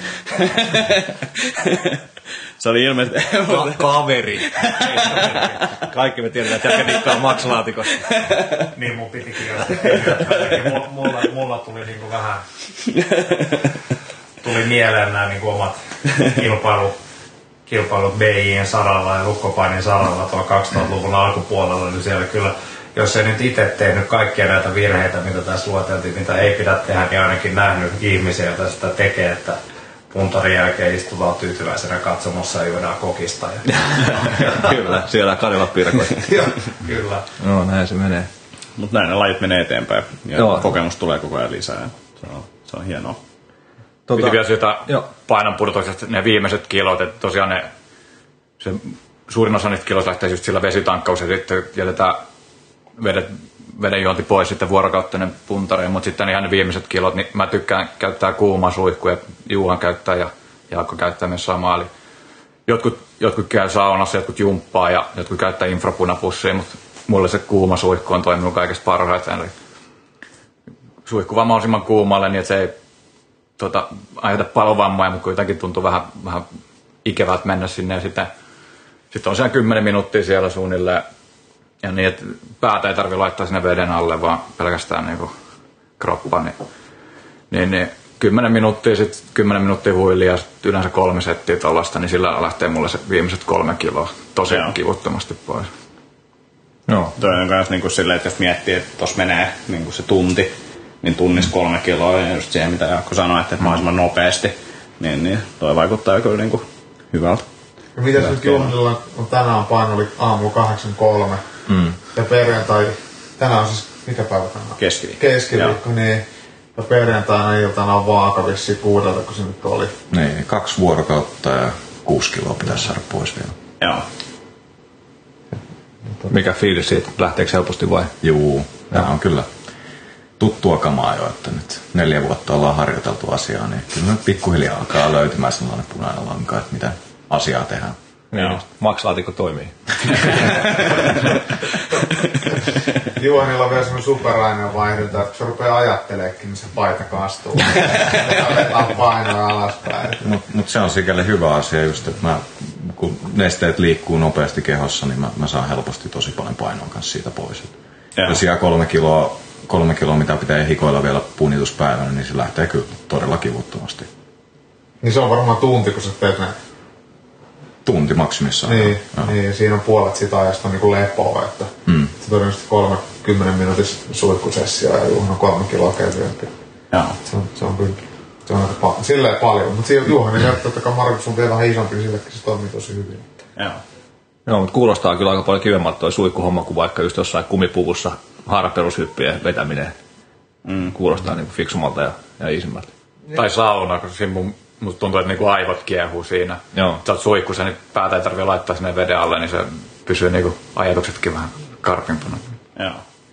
Se oli ilmeisesti... Ka- kaveri. Kaikki me tiedetään, että jäkä dikkaa maksalaatikosta. Niin mun piti kirjoittaa. Mulla, mulla tuli niinku vähän... Tuli mieleen nämä niinku omat kilpailu, kilpailut B J:n saralla ja lukkopainin saralla tuolla kaksituhattaluvun alkupuolella. Niin siellä kyllä, jos ei nyt itse tehnyt kaikkia näitä virheitä, mitä tässä luoteltiin, mitä ei pidä tehdä, niin ainakin nähnyt ihmisiä, joita sitä tekee, että puntarin jälkeen istutaan tyytyväisenä katsomossa ja juodaan kokista. Ja... Kyllä, siellä Karjalat pirkoit. Kyllä. No, näin se menee. Mutta näin ne lajit menee eteenpäin ja Joo. kokemus tulee koko ajan lisää. Se on, se on hienoa. Tota, piti vielä siitä joo. painonpudotuksesta ne viimeiset kilot, että tosiaan ne, se, suurin osa niistä kiloista lähtee just sillä vesitankkaus ja sitten jätetään vedet, vedenjuonti pois sitten vuorokauttainen puntariin, mutta sitten ihan ne viimeiset kilot, niin mä tykkään käyttää kuumaa suihkua, Juuhan käyttää ja Jaakko käyttää myös samaa. Eli jotkut, jotkut käy saunassa, jotkut jumppaa ja jotkut käyttää infrapunapussia, mutta mulle se kuuma suihku on toiminut kaikista parhaiten. Eli suihku vaan mahdollisimman kuumalle, niin että se ei tota, aiheuta palovammoja, mutta kuitenkin tuntuu vähän, vähän ikävältä mennä sinne ja sitten sit on siellä kymmenen minuuttia siellä suunnilleen. Ja niin, että päätä ei tarvitse laittaa sinne veden alle, vaan pelkästään niin kroppa. Niin, niin, niin kymmenen minuuttia, sitten kymmenen minuuttia huilia ja yleensä kolme settiä tuollaista, niin sillä lähtee mulle se viimeiset kolme kiloa tosi Joo. kivuttomasti pois. No. Toi on myös niin silleen, että jos miettii, että tuossa menee niin se tunti, niin tunnissa kolme kiloa ja just siihen, mitä Jaakko sanoi, että mahdollisimman nopeasti, niin, niin toi vaikuttaa kyllä niin hyvältä. Ja mitäs nyt Juhnilla on tänään paino oli aamulla kahdeksan kolme mm. ja perjantai, tänään on siis, mikä päivä tänään? Keskiviikko. Keskiviikko, niin. Ja perjantaina iltana on vaaka vissiin kuudelta, kun se nyt oli. Niin, kaksi vuorokautta ja kuusi kiloa pitäisi saada pois vielä. Joo. Mikä fiilis siitä? Lähteekö helposti vai? Juu, tämä on kyllä tuttua kamaa jo, että nyt neljä vuotta ollaan harjoiteltu asiaa, niin kyllä nyt pikkuhiljaa alkaa löytymään sellainen punainen lanka, että mitä asiaa tehdään. Niin, maksalaatikko toimii. Juhanilla on vielä semmoinen superainen vaihdunta, että kun se rupeaa ajatteleekin, niin se paita kastuu. Otetaan painoa alaspäin. Mutta mut se on sikäli hyvä asia just, että mä, kun nesteet liikkuu nopeasti kehossa, niin mä, mä saan helposti tosi paljon painoa kanssa siitä pois. Jos jää kolme kiloa, kolme kiloa, mitä pitää hikoilla vielä punnituspäivänä, niin se lähtee kyllä todella kivuttomasti. Niin se on varmaan tunti, kun sä teet näin. Tunti maksimissaan. Niin, niin, siinä on puolet siitä ajasta niin kuin lepoa, että mm. se todennäköisesti kolmekymmentä minuutis suihkusessio ja Juhan on kolme kiloa kevyempi. Se on, se on kyllä, se on aika pa- silleen paljon, mutta Juhan niin totta kai Markus on vielä vähän isompi, niin sillekin se toimii tosi hyvin. Joo. Joo, mutta kuulostaa kyllä aika paljon kivemmalta toi suihkuhomma kuin vaikka just jossain kumipuvussa haaraperushyppien vetäminen. Mm. Kuulostaa mm. niin fiksumalta ja, ja iisimmältä. Tai sauna, koska siinä mun musta tuntuu, että niinku aivot kiehuu siinä. Joo. Sä oot suihkussa, niin päätä ei tarvitse laittaa sinne veden alle, niin se pysyy niinku ajatuksetkin vähän karpimpana. Joo.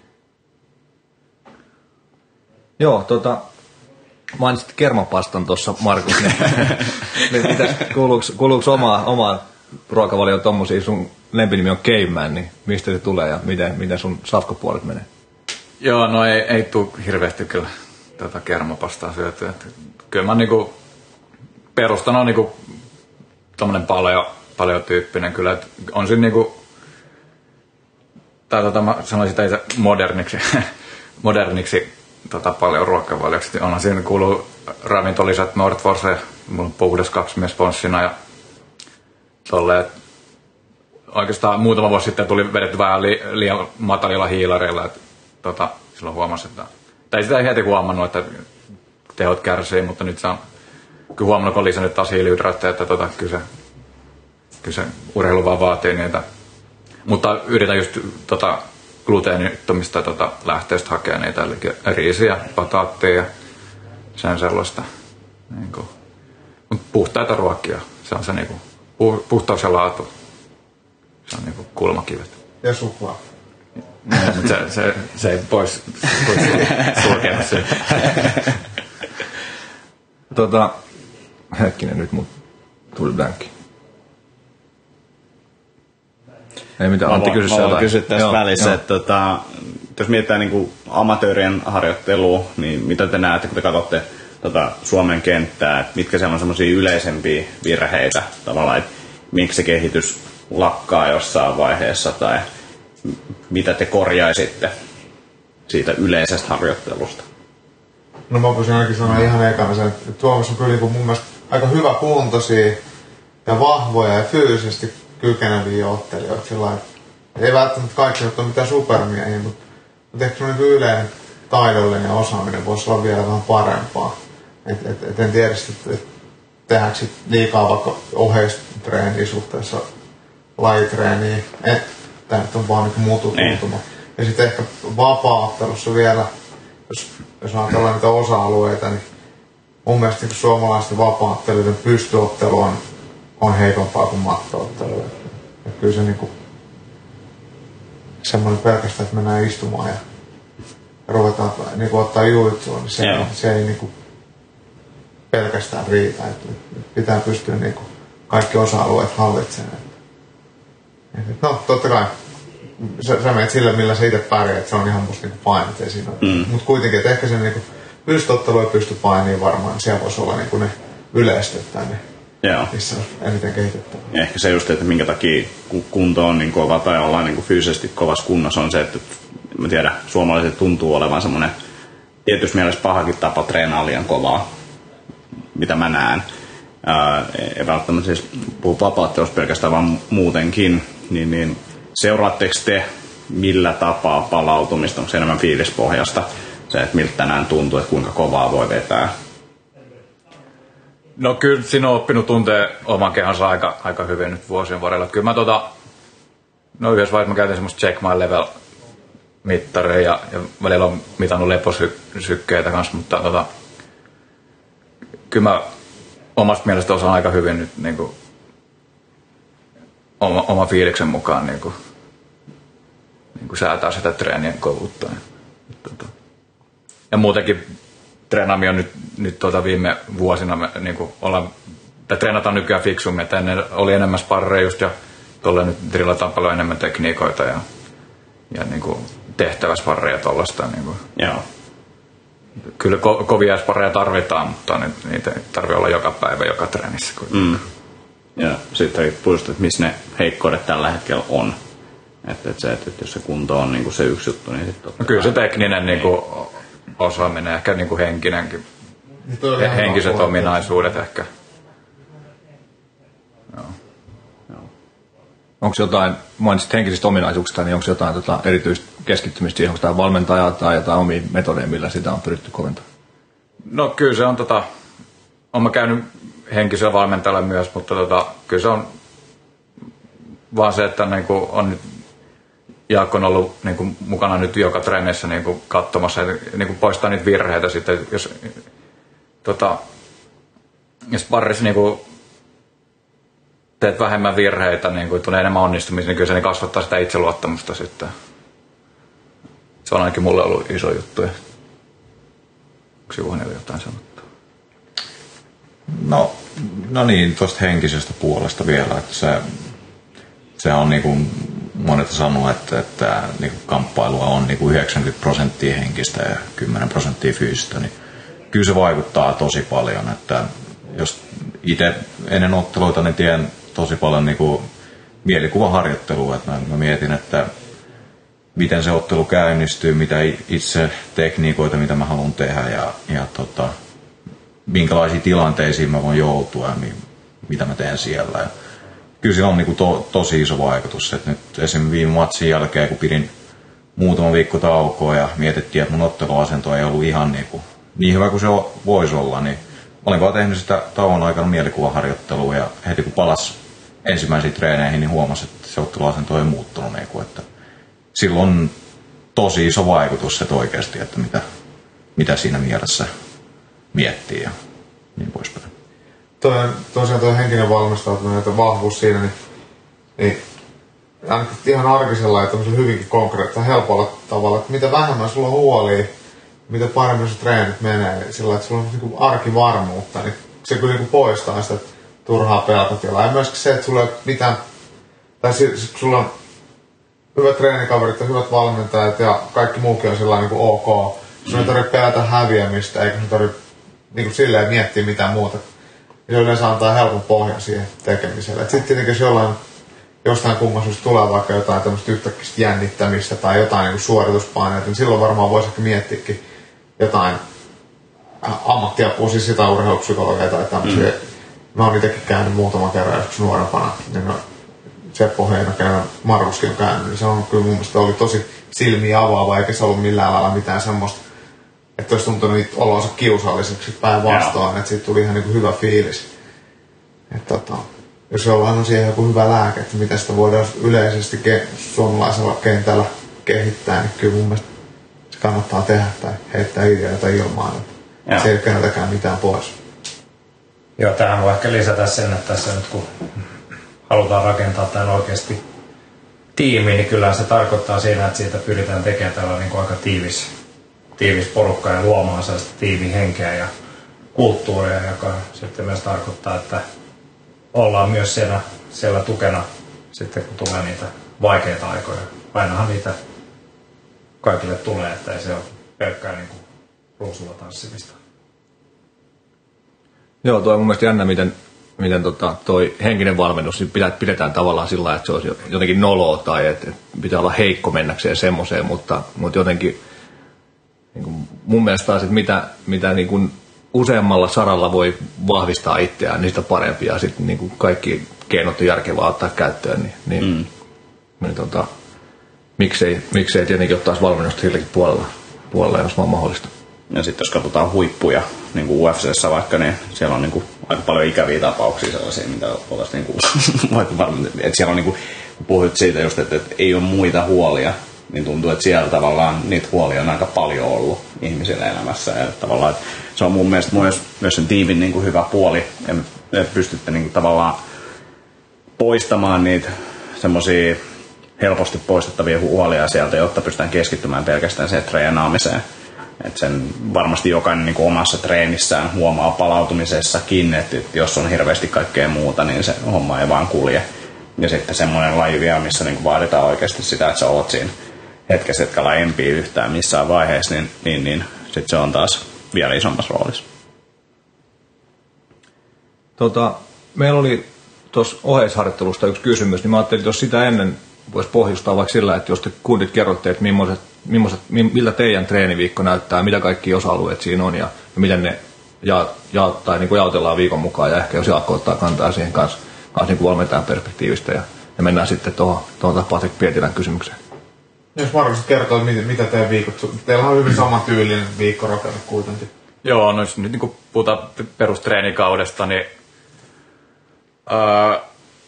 Joo, tota, mainitsit kermapastan tuossa, Markus. Niin, niin mitäs, kuuluuko, kuuluuko omaa, omaa ruokavalioon tommosia, sun lempinimi on Caveman, niin mistä se tulee ja miten, miten sun safkapuolet menee? Joo, no ei, ei tule hirveästi kyllä tätä kermapastaa syötyä. Kyllä mä niinku perustana on niinku tommonen paljon, paljon tyyppinen kyllä, että on siinä niinku, tai tota mä sanoisin teitä moderniksi, moderniksi tota paljon ruokavalioksi. Onhan siinä kuuluu ravintolisät Nordforce, mulla on puhdas kaksi mies sponssina ja tolleen. Oikeastaan muutama vuosi sitten tuli vedetty vähän li, liian matalilla hiilareilla, että tota, silloin huomasi, että, tai sitä ei heti huomannut, että tehot kärsii, mutta nyt se on kyllä huomannut, kun on lisännyt taas hiilihydraatteja, että tota, kyllä, se, kyllä se urheilu vaan vaatii niitä. Mutta yritän just tota, gluteenittomista tota, lähteistä hakea niitä, eli riisiä, pataattia ja sen sellaista. Niin kuin, mutta puhtaita ruokia, se on se niin kuin, puhtaus ja laatu. Se on niin kuin kulmakivet. Ja suklaa. No, mutta se, se, se ei pois, pois sulkea sen. Tota, hetkinen, nyt mun tuli blänkki. Ei mitään, Antti kysy jotain. Mä kysyä tässä joo, välissä, joo. että tota, jos mietitään niin kuin amatöörien harjoittelua, niin mitä te näette, kun te katsotte tota Suomen kenttää, että mitkä siellä on semmoisia yleisempiä virheitä tavallaan, että miksi se kehitys lakkaa jossain vaiheessa tai mitä te korjaisitte siitä yleisestä harjoittelusta? No mä pystyn ainakin sanoa ihan ekana sen, että Suomessa on kyllä niin kuin mun mielestä aika hyvä kuntoisia ja vahvoja ja fyysisesti kykeneviä ottelijoita sillä lailla. Ei välttämättä kaikki ole mitään supermiehiä, mutta, mutta ehkä niin yleinen taidollinen ja osaaminen voisi olla vielä vähän parempaa. Et, et, et en tiedä, että et tehdäänkö liikaa vaikka oheistreeniä suhteessa lajitreeniin. Tämä nyt on vaan niin mututuntuma. Ja sitten ehkä vapaa-ottelussa vielä, jos, jos ajatellaan niitä osa-alueita, niin mun mielestä niin suomalaisten vapaa-otteluiden pystyottelu on, on heikompaa kuin matto-ottelu. Ja kyllä se niinku semmoinen pelkästään, että mennään istumaan ja ruvetaan niinku ottaa juitsua, niin se, se ei niinku pelkästään riitä. Että pitää pystyä niinku kaikki osa-alueet hallitsemaan. No totta kai, sä, sä menet sille millä sä itse pärjäät, se on ihan musta niinku painot siinä. Mm. Mutta kuitenkin, että ehkä sen niinku pystyottelu ei pysty painiin varmaan, niin siellä voisi olla niinku ne yleistöt tänne. Joo. Missä on eniten kehitettävää. Ehkä se just, että minkä takia kunto on niin kova tai ollaan niin fyysisesti kovassa kunnossa on se, että mä tiedän, suomalaiset tuntuu olevan semmoinen tietysti mielessä pahakin tapa treenaa liian kovaa, mitä mä näen. Ää, ei välttämättä siis puhu vapaattelusta pelkästään, vaan muutenkin. Niin, niin seuraatteko te millä tapaa palautumista? Onko se enemmän fiilispohjasta? Se, että miltä tänään tuntuu, että kuinka kovaa voi vetää? No kyllä siinä on oppinut tuntee oman kehonsa aika, aika hyvin nyt vuosien varrella. Kyllä mä tota, no yhdessä vaiheessa mä käytin semmoista check my level mittaria ja, ja välillä on mitannut leposykkeitä kanssa, mutta tota, kyllä mä omasta mielestä osaan aika hyvin nyt niin kuin, oma, oma fiiliksen mukaan niin kuin, niin kuin säätää sitä treenien kovuutta. Ja, tota, ja muutenkin treenaaminen on nyt, nyt tuota viime vuosina, me, niin kuin ollaan, tai treenataan nykyään fiksummin, että ennen oli enemmän sparreja just ja tuolla nyt drillataan paljon enemmän tekniikoita ja, ja niin kuin tehtäväsparreja tuollaista. Niin kuin. Joo. Kyllä ko- kovia sparreja tarvitaan, mutta niitä ei tarvitse olla joka päivä, joka treenissä. Mm. Ja sitten riippuu just, että missä ne heikkoudet tällä hetkellä on. Että et se, että et jos se kunto on niin kuin se yksi juttu, niin sitten no kyllä se tekninen niin kuin, osaaminen, ehkä niin kuin henkinenkin. Niin henkiset ominaisuudet ehkä. Joo. Joo. Onko jotain, mainitsit henkisistä ominaisuuksista, niin onko jotain tota, erityistä keskittymistä siihen, onko tämä valmentajaa tai jotain omia metodeja, millä sitä on pyritty koventamaan? No kyllä se on, tota, olen mä käynyt henkisellä valmentajalla myös, mutta tota, kyllä se on vaan se, että niin kuin on nyt Jaakko on ollut niin kuin, mukana nyt joka treenissä niin kuin, katsomassa ja niin kuin, poistaa niitä virheitä sitten, jos tota, jos parissa niin kuin, teet vähemmän virheitä, niin kuin, tulee enemmän onnistumisia, niin kyllä se niin kasvattaa sitä itseluottamusta sitten. Se on ainakin mulle ollut iso juttu. Onko Juhanille jotain sanottua? No, no niin, tuosta henkisestä puolesta vielä, että se, se on niin kuin monet sanoo, että, että niin kuin kamppailua on niin kuin yhdeksänkymmentä prosenttia henkistä ja kymmenen prosenttia fyysistä, niin kyllä se vaikuttaa tosi paljon. Että jos itse ennen otteluita niin teen tosi paljon niin kuin mielikuvaharjoittelua, että mä, mä mietin, että miten se ottelu käynnistyy, mitä itse tekniikoita, mitä mä haluan tehdä ja, ja tota, minkälaisiin tilanteisiin mä voin joutua ja mi, mitä mä teen siellä. Ja kyllä sillä on niin kuin to, tosi iso vaikutus. Että nyt esimerkiksi viime matsin jälkeen, kun pidin muutama viikko taukoa ja mietittiin, että mun otteluasento ei ollut ihan niin, kuin, niin hyvä kuin se voisi olla, niin olin vaan tehnyt sitä tauon aikana mielikuvaharjoittelua ja heti kun palas ensimmäisiin treeneihin, niin huomasin, että se otteluasento ei muuttunut. Niin kuin, että sillä on tosi iso vaikutus että oikeasti, että mitä, mitä siinä mielessä miettii ja niin poispäin. Toi, tosiaan tuo henkinen valmistautuminen ja vahvuus siinä, niin, niin ainakin ihan arkisella ja hyvinkin konkreettisella helpolla tavalla, että mitä vähemmän sulla on huolia, mitä paremmin sun treenit menee, sillä että sulla on niin arkivarmuutta, niin se kyllä niin poistaa sitä turhaa pelkotilaa. Ja myöskin se, että sulla ei ole mitään, tai sulla on hyvät treenikaverit ja hyvät valmentajat ja kaikki muukin on sellainen niin ok. Sun ei tarvitse pelätä häviämistä, eikä sun tarvitse niin kuin silleen miettiä mitään muuta. Se yleensä antaa helpon pohjan siihen tekemiselle. Sitten tietenkin jos jollain, jostain kumman tulee vaikka jotain tämmöistä yhtäkkiä jännittämistä tai jotain niin suorituspaineita, niin silloin varmaan voisi ehkä miettiäkin jotain ammattiapua, siis sitä urheilupsykologia tai tämmöisiä. Mm. Mä oon itsekin käynyt muutaman kerran joskus nuorempana. Niin no, Seppo Heinonen ja Markuskin on käynyt, niin se on kyllä mun mielestä oli tosi silmiä avaava, eikä se ollut millään lailla mitään semmoista, että olisi tuntunut niitä olonsa kiusalliseksi päinvastoin, että siitä tuli ihan niin kuin hyvä fiilis. Että tota, jos jollain on siihen joku hyvä lääke, että miten sitä voidaan yleisesti ke- suomalaisella kentällä kehittää, niin kyllä mun mielestä se kannattaa tehdä tai heittää ideoita ilmaan, että se ei ole keneltäkään mitään pois. Joo, tähän voi ehkä lisätä sen, että tässä nyt kun halutaan rakentaa tämän oikeasti tiimiin, niin kyllä se tarkoittaa siinä, että siitä pyritään tekemään tällainen niin kuin aika tiivis, tiivis porukka ja luomaan sellaista tiimihenkeä ja kulttuuria, joka sitten myös tarkoittaa, että ollaan myös siellä, siellä tukena sitten, kun tulee niitä vaikeita aikoja. Ainahan niitä kaikille tulee, että ei se ole pelkkää niin kuin ruusulla tanssimista. Joo, tuo on mun mielestä jännä, miten, miten tota, toi henkinen valmennus niin pidetään tavallaan sillä lailla, että se olisi jotenkin noloa tai että pitää olla heikko mennäkseen semmoiseen, mutta, mutta jotenkin niin kuin mun mielestä taas, että mitä, mitä niin kuin useammalla saralla voi vahvistaa itseään, niin sitä parempia ja sitten niin kuin kaikki keinot on järkevää ottaa käyttöön, niin, niin, mm. niin tota, miksei, miksei tietenkin ottaisi valmennusta silläkin puolella, puolella jos vaan mahdollista. Ja sitten jos katsotaan huippuja, niin kuin U F C:ssä vaikka, niin siellä on niin kuin aika paljon ikäviä tapauksia sellaisia, mitä oltaisiin, niin kuin, että siellä on, niin kuin, kun puhuit siitä just, että, että ei ole muita huolia, niin tuntuu, että siellä tavallaan niitä huolia on aika paljon ollut ihmisillä elämässä. Ja tavallaan, että se on mun mielestä myös, myös sen tiimin niin kuin hyvä puoli, että pystytte niin kuin tavallaan poistamaan niitä semmoisia helposti poistettavia huolia sieltä, jotta pystytään keskittymään pelkästään siihen treenaamiseen. Että sen varmasti jokainen niin kuin omassa treenissään huomaa palautumisessakin, että jos on hirveästi kaikkea muuta, niin se homma ei vaan kulje. Ja sitten semmoinen laji vielä, missä niin kuin vaaditaan oikeasti sitä, että sä oot siinä hetkessä, etkä lajempia yhtään missään vaiheessa, niin, niin, niin sitten se on taas vielä isommassa roolissa. Tota, meillä oli tuossa oheisharjoittelusta yksi kysymys, niin mä ajattelin, että jos sitä ennen voisi pohjustaa vaikka sillä, että jos te kundit kerrotte, että millaiset, millaiset, miltä teidän treeniviikko näyttää, mitä kaikki osa-alueet siinä on ja, ja miten ne ja, ja, tai niin kuin jaotellaan viikon mukaan ja ehkä jos Jaakko ottaa kantaa siihen kanssa, kanssa niin kuin valmentajan perspektiivistä ja, ja mennään sitten tuohon, tuohon Patrik Pietilän kysymykseen. Jos Markus kertoo, mitä teidän viikot, teillä on hyvin sama tyylinen viikkorakenne kuitenkin. Joo, no jos nyt niin kun puhutaan perustreenikaudesta, niin ää,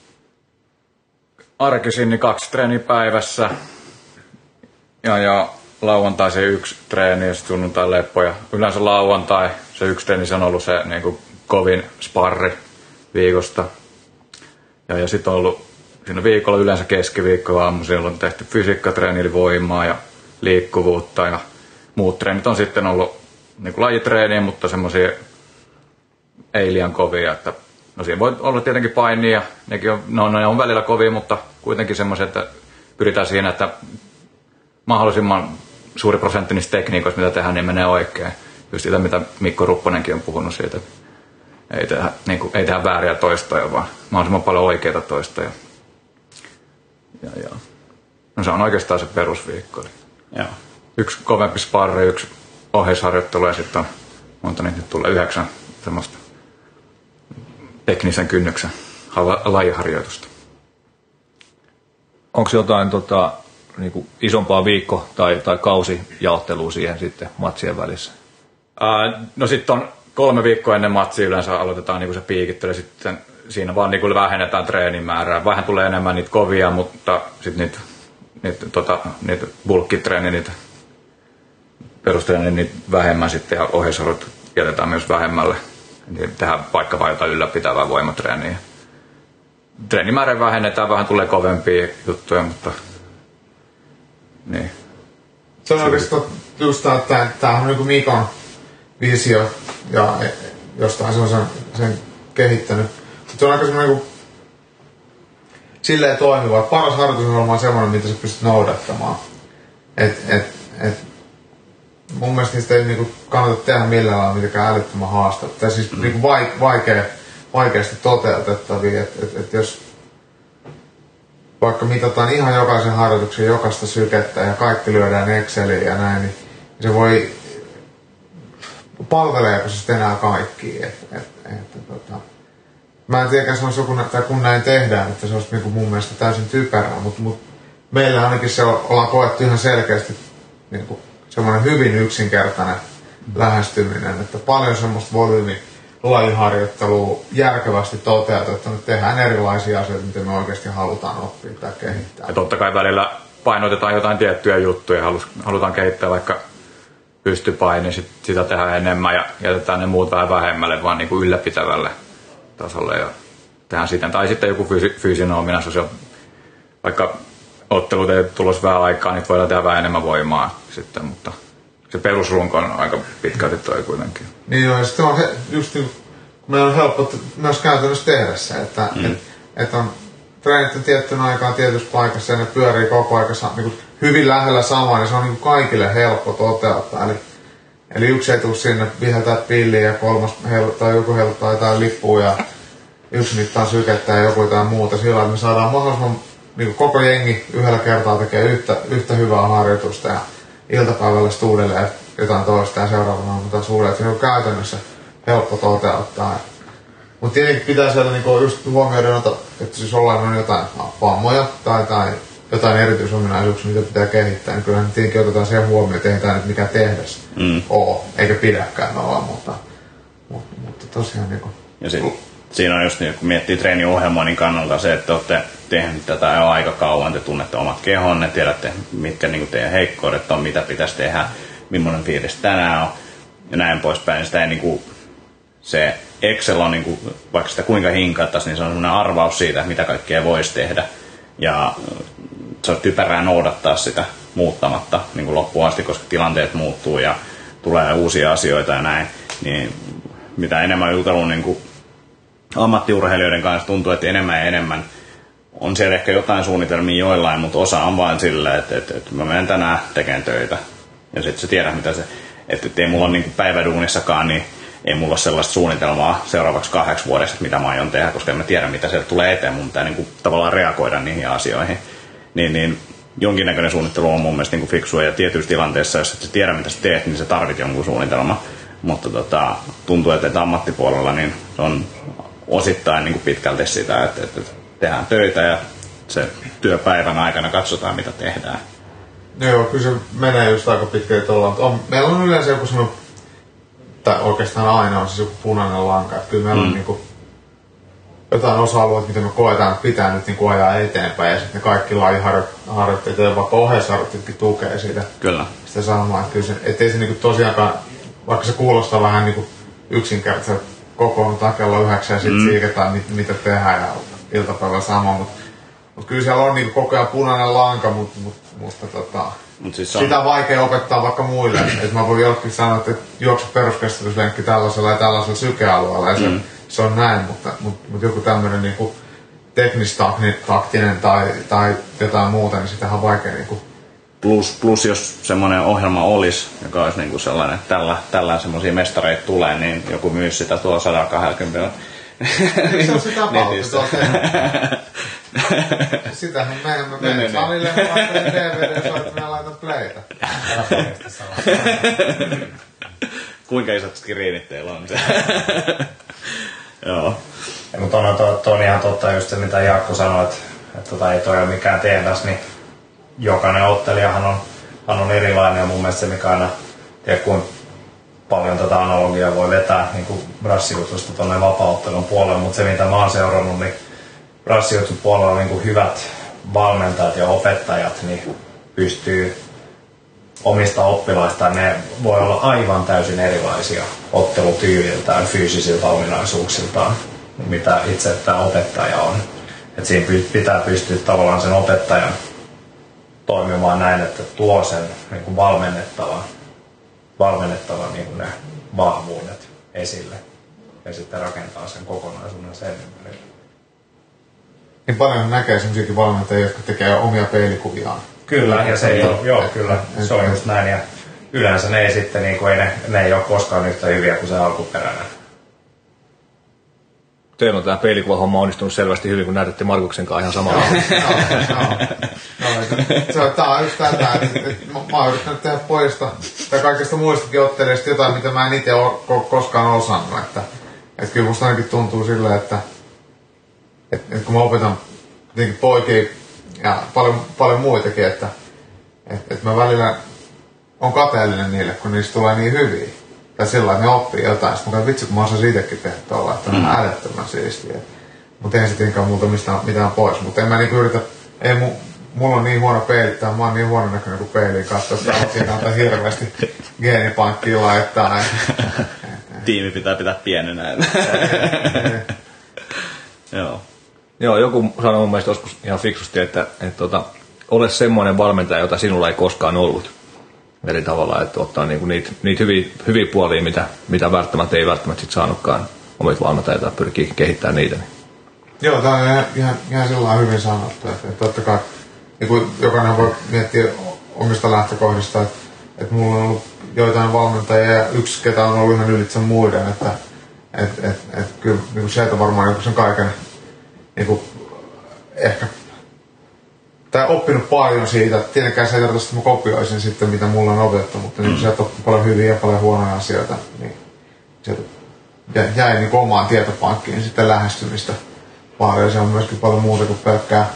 arkisin niin kaksi treeniä päivässä ja, ja lauantai se yksi treeni ja sitten sunnuntai leppo. Ja yleensä lauantai se yksi treeni se on ollut se niin kuin kovin sparri viikosta. Ja, ja sitten on ollut siinä viikolla yleensä keskiviikko aamu, siellä on tehty fysiikkatreeni eli voimaa ja liikkuvuutta ja muut treenit on sitten ollut niin kuin lajitreeniä, mutta semmoisia ei liian kovia, että no siinä voi olla tietenkin painia, nekin on, no, ne on välillä kovia, mutta kuitenkin semmoisia, että pyritään siinä, että mahdollisimman suuri prosentti niistä tekniikoista, mitä tehdään, niin menee oikein. Just sitä, mitä Mikko Rupponenkin on puhunut siitä, että ei tehdä, niin kuin, ei tehdä vääriä toistoja, vaan mahdollisimman paljon oikeita toistoja. Ja, ja. No se on oikeastaan se perusviikko. Joo. Yksi kovempi sparri, yksi oheisharjoittelu ja sitten on, monta niitä nyt tulee yhdeksän semmoista teknisen kynnyksen lajiharjoitusta. Onko jotain tota, niin kuin isompaa viikko- tai, tai kausijaottelua siihen sitten matsien välissä? Ää, no sitten on kolme viikkoa ennen matsia yleensä aloitetaan niin kuin se piikittely. Sitten siinä vaan niin kuin vähennetään treenin määrää. Vähän tulee enemmän niitä kovia, mutta sitten niitä, niitä, tota, niitä bulkkitreeniä, niitä perustreeniä niitä vähemmän sitten ja oheisharjoittelut jätetään myös vähemmälle. Niin tehdään vaikka vain jotain ylläpitävää voimatreeniä. treenimäärä vähennetään, vähän tulee kovempia juttuja, mutta niin. Se on oikeastaan just tämä, että tämä on niin kuin Mikon visio ja jostain se on sen, sen kehittänyt. Mutta se on aika semmoinen niin silleen toimiva. Paras harjoitusohjelma on semmoinen, mitä sä pystyt noudattamaan. Et, et, et, mun mielestä niistä ei niinku kannata tehdä millään lailla mitenkään älyttömän haastavaa. Tai siis mm. niinku vaikea, vaikeasti toteutettavia. Et, et, et jos vaikka mitataan ihan jokaisen harjoituksen jokaista sykettä ja kaikki lyödään Exceliin ja näin, niin se voi palveleeko se sitten enää kaikki. Et, et, et, tota. Mä en tiedä, se joku, tai kun näin tehdään, että se olisi niinku mun mielestä täysin typerää, mutta mut meillä ainakin se ollaan koettu ihan selkeästi niinku semmoinen hyvin yksinkertainen lähestyminen, että paljon semmoista volyymi lajiharjoittelua järkevästi toteutettuna, tehdään erilaisia asioita, mitä me oikeasti halutaan oppia tai kehittää. Ja totta kai välillä painotetaan jotain tiettyjä juttuja, halutaan kehittää vaikka pystypaini, niin sit sitä tehdään enemmän ja jätetään ne muut vähän vähemmälle, vaan niin kuin ylläpitävälle tasolle ja tehdään sitten. Tai sitten joku fyysi, fyysinen ominaisuus, ja vaikka ottelut ei tulos vähän aikaa, niin voidaan tehdä vähän enemmän voimaa sitten, mutta se perusrunko on aika pitkälti toi kuitenkin. Niin joo, ja sitten on he, just niin, kun meillä on helppo myös käytännössä tehdä se, että mm. et, et on treenitty tiettynä aikaan tietyssä paikassa ja ne pyörii koko ajan niin hyvin lähellä samaa, niin se on niin kaikille helppo toteuttaa. Eli, eli yksi ei tule sinne viheltää pilliä ja kolmas heiluttaa, joku heiluttaa jotain lippua ja yksi mittaa sykettä ja joku jotain muuta. Sillä että me saadaan mahdollisimman niin koko jengi yhdellä kertaa tekee yhtä, yhtä hyvää harjoitusta ja iltapäivällä uudelleen jotain toista ja seuraavana on taas uudelleen. Se on käytännössä helppo toteuttaa. Mutta tietenkin pitää sieltä niinku just huomioida, että siis ollaan on jotain vammoja tai, tai jotain erityisominaisuuksia, mitä pitää kehittää, niin kyllähän tietenkin otetaan siihen huomioon, että ei tämä nyt mikään tehdessä mm. ole, eikä pidäkään olla, mutta, mutta, mutta tosiaan niinku. Ja sit, siinä on just niin, kun miettii treeniohjelmoinnin kannalta se, että olette tehneet tätä jo aika kauan, te tunnette omat kehonne, tiedätte mitkä niin teidän heikkoudet on, mitä pitäisi tehdä, millainen fiilis tänään on ja näin poispäin. Sitä ei, niin kuin, se Excel on, niin kuin, vaikka sitä kuinka hinkattaisi, niin se on sellainen arvaus siitä, mitä kaikkea voisi tehdä. Ja se on typerää noudattaa sitä muuttamatta niin kuin loppuun asti, koska tilanteet muuttuu ja tulee uusia asioita ja näin. Niin mitä enemmän jutellut niin kuin ammattiurheilijoiden kanssa, tuntuu, että enemmän ja enemmän on siellä ehkä jotain suunnitelmia joillain, mutta osa on vain silleen, että, että, että mä menen tänään tekemään töitä. Ja sitten sä tiedät, mitä se, että, että ei mulla ole niin kuin päiväduunissakaan, niin ei mulla ole sellaista suunnitelmaa seuraavaksi kahdeksi vuodeksi, että mitä mä aion tehdä, koska en mä tiedä, mitä sieltä tulee eteen. Mun pitää niin kuin tavallaan reagoida niihin asioihin. Niin, niin jonkinnäköinen suunnittelu on mun mielestä niin kuin fiksua, ja tietyissä tilanteissa, jos et sä tiedä, mitä sä teet, niin sä tarvit jonkun suunnitelma. Mutta tota, tuntuu, että ammattipuolella niin se on osittain niin kuin pitkälti sitä, että, että tehdään töitä ja se työpäivän aikana katsotaan, mitä tehdään. Joo, kyllä se menee just aika pitkälti ollaan. On, meillä on yleensä joku semmoinen, tai oikeastaan aina on siis joku punainen lanka. Että kyllä meillä mm. on niinku jotain osa-alueita, mitä me koetaan, että pitää nyt niinku ajaa eteenpäin. Ja sitten ne kaikki lajiharjoitteet ja vaikka oheisharjoitteetkin tukee siitä. Kyllä. Sitä samaa. Että kyllä se, ettei se niinku tosiaankaan, vaikka se kuulostaa vähän niinku yksinkertaisesti, kokoonnutaan kello yhdeksän ja sitten mm. siirretään mit, mitä tehdään ja iltapäivällä sama. Mutta mut kyllä siellä on niinku koko ajan punainen lanka, mutta mut, mutta tota, Mut siis on sitä on vaikea opettaa vaikka muille. Et mä voin jollekin sanoa, että juoksu peruskestävyyslenkki tällaisella ja tällaisella sykealueella ja se, mm. se on näin, mutta mut, mut joku tämmöinen niinku teknistaktinen tai, tai jotain muuta, niin sitähän on vaikea niinku. Plus, plus jos semmoinen ohjelma olisi, joka olisi niinku sellainen, että tällä, tällä semmoisia mestareita tulee, niin joku myisi sitä tuolla sata kaksikymmentä. Se on sitä kautta. Sitähän me emme mene salille, mä laitan D V D-soittimia ja laitan playtä. Kuinka isot screenit teillä on? Joo. Ja, mutta on, to, to on ihan totta just se, mitä Jaakko sanoi, että, että tota, ei toi ole mikään tehdas, niin jokainen ottelijahan on, hän on erilainen ja mun mielestä se, mikä aina, tiedä kuinka paljon tätä analogiaa voi vetää niin kuin brassijutusta tuonne vapaa-ottelun puolelle, mutta se mitä mä oon seurannut, niin brassijutun puolella niin kuin hyvät valmentajat ja opettajat niin pystyy omista oppilaistaan, ne voi olla aivan täysin erilaisia ottelutyyliltään, fyysisiltä ominaisuuksiltaan, mitä itse tämä opettaja on. että siinä pitää pystyä tavallaan sen opettajan toimimaan näin, että tuo sen niin kuin valmennettavan, valmennettavan niin kuin ne vahvuudet esille ja sitten rakentaa sen kokonaisuuden sen ympärille. Niin paljon näkee sellaisiakin valmentajia, jotka tekee omia peilikuviaan. Kyllä, ja se ei ole, joo, kyllä, se on just näin. Ja yleensä ne ei sitten, niin kuin, ei ne, ne ei ole koskaan yhtä hyviä kuin se alkuperäinen. Teillä on tämä peilikuvahomma onnistunut selvästi hyvin, kun näytätte Markuksen kanssa ihan samalla. Tämä on just tätä, että mä oon yrittänyt tehdä pojista tai kaikista muistakin ottelijoista jotain, mitä mä en itse ole koskaan osannut. Että, että kyllä musta ainakin tuntuu silleen, että, että, että kun mä opetan poikia ja paljon, paljon muitakin, että, että, että mä välillä on kateellinen niille, kun niistä tulee niin hyviä. Tai sillä että ne oppii jotain. Sitten mä vitsi, kun mä osaisin itsekin tehdä tuolla, että on mm. älyttömän siistiä. Mutta eihän se tietenkään multa mistään mitään pois. Mutta en mä niinku yritä, ei mu, mulla on niin huono peilittää, mä oon niin huono näköinen kuin peiliin katsoa, että siinä on hirveästi geenipankkiin laittaa. Tiimi pitää pitää pienenä. Joo. Joo, joku sanoi mun mielestä joskus ihan fiksusti, että, että, että tota, ole semmoinen valmentaja, jota sinulla ei koskaan ollut. Eri tavalla, että ottaa niinku niitä, niitä hyviä, hyviä puolia, mitä, mitä välttämättä ei välttämättä sit saanutkaan omit valmentajat ja pyrkii kehittämään niitä. Niin. Joo, tämä on ihan, ihan sillä hyvin sanottu. Että, että totta kai niin jokainen voi miettiä omista lähtökohdista, että, että mulla on ollut joitain valmentajia ja yksi, ketä on ollut ihan ylitse muiden. Että, että, että, että kyllä niin sieltä varmaan niin sen kaiken niin kuin, ehkä tai oppinut paljon siitä. Tietenkään se ei tarkoita, että mä kopioisin sitten, mitä mulla on opetettu, mutta mm. niin sieltä on paljon hyviä ja paljon huonoja asioita. Niin sieltä jäi, jäi niin omaan tietopankkiin sitten lähestymistä paljon. Se on myöskin paljon muuta kuin pelkkää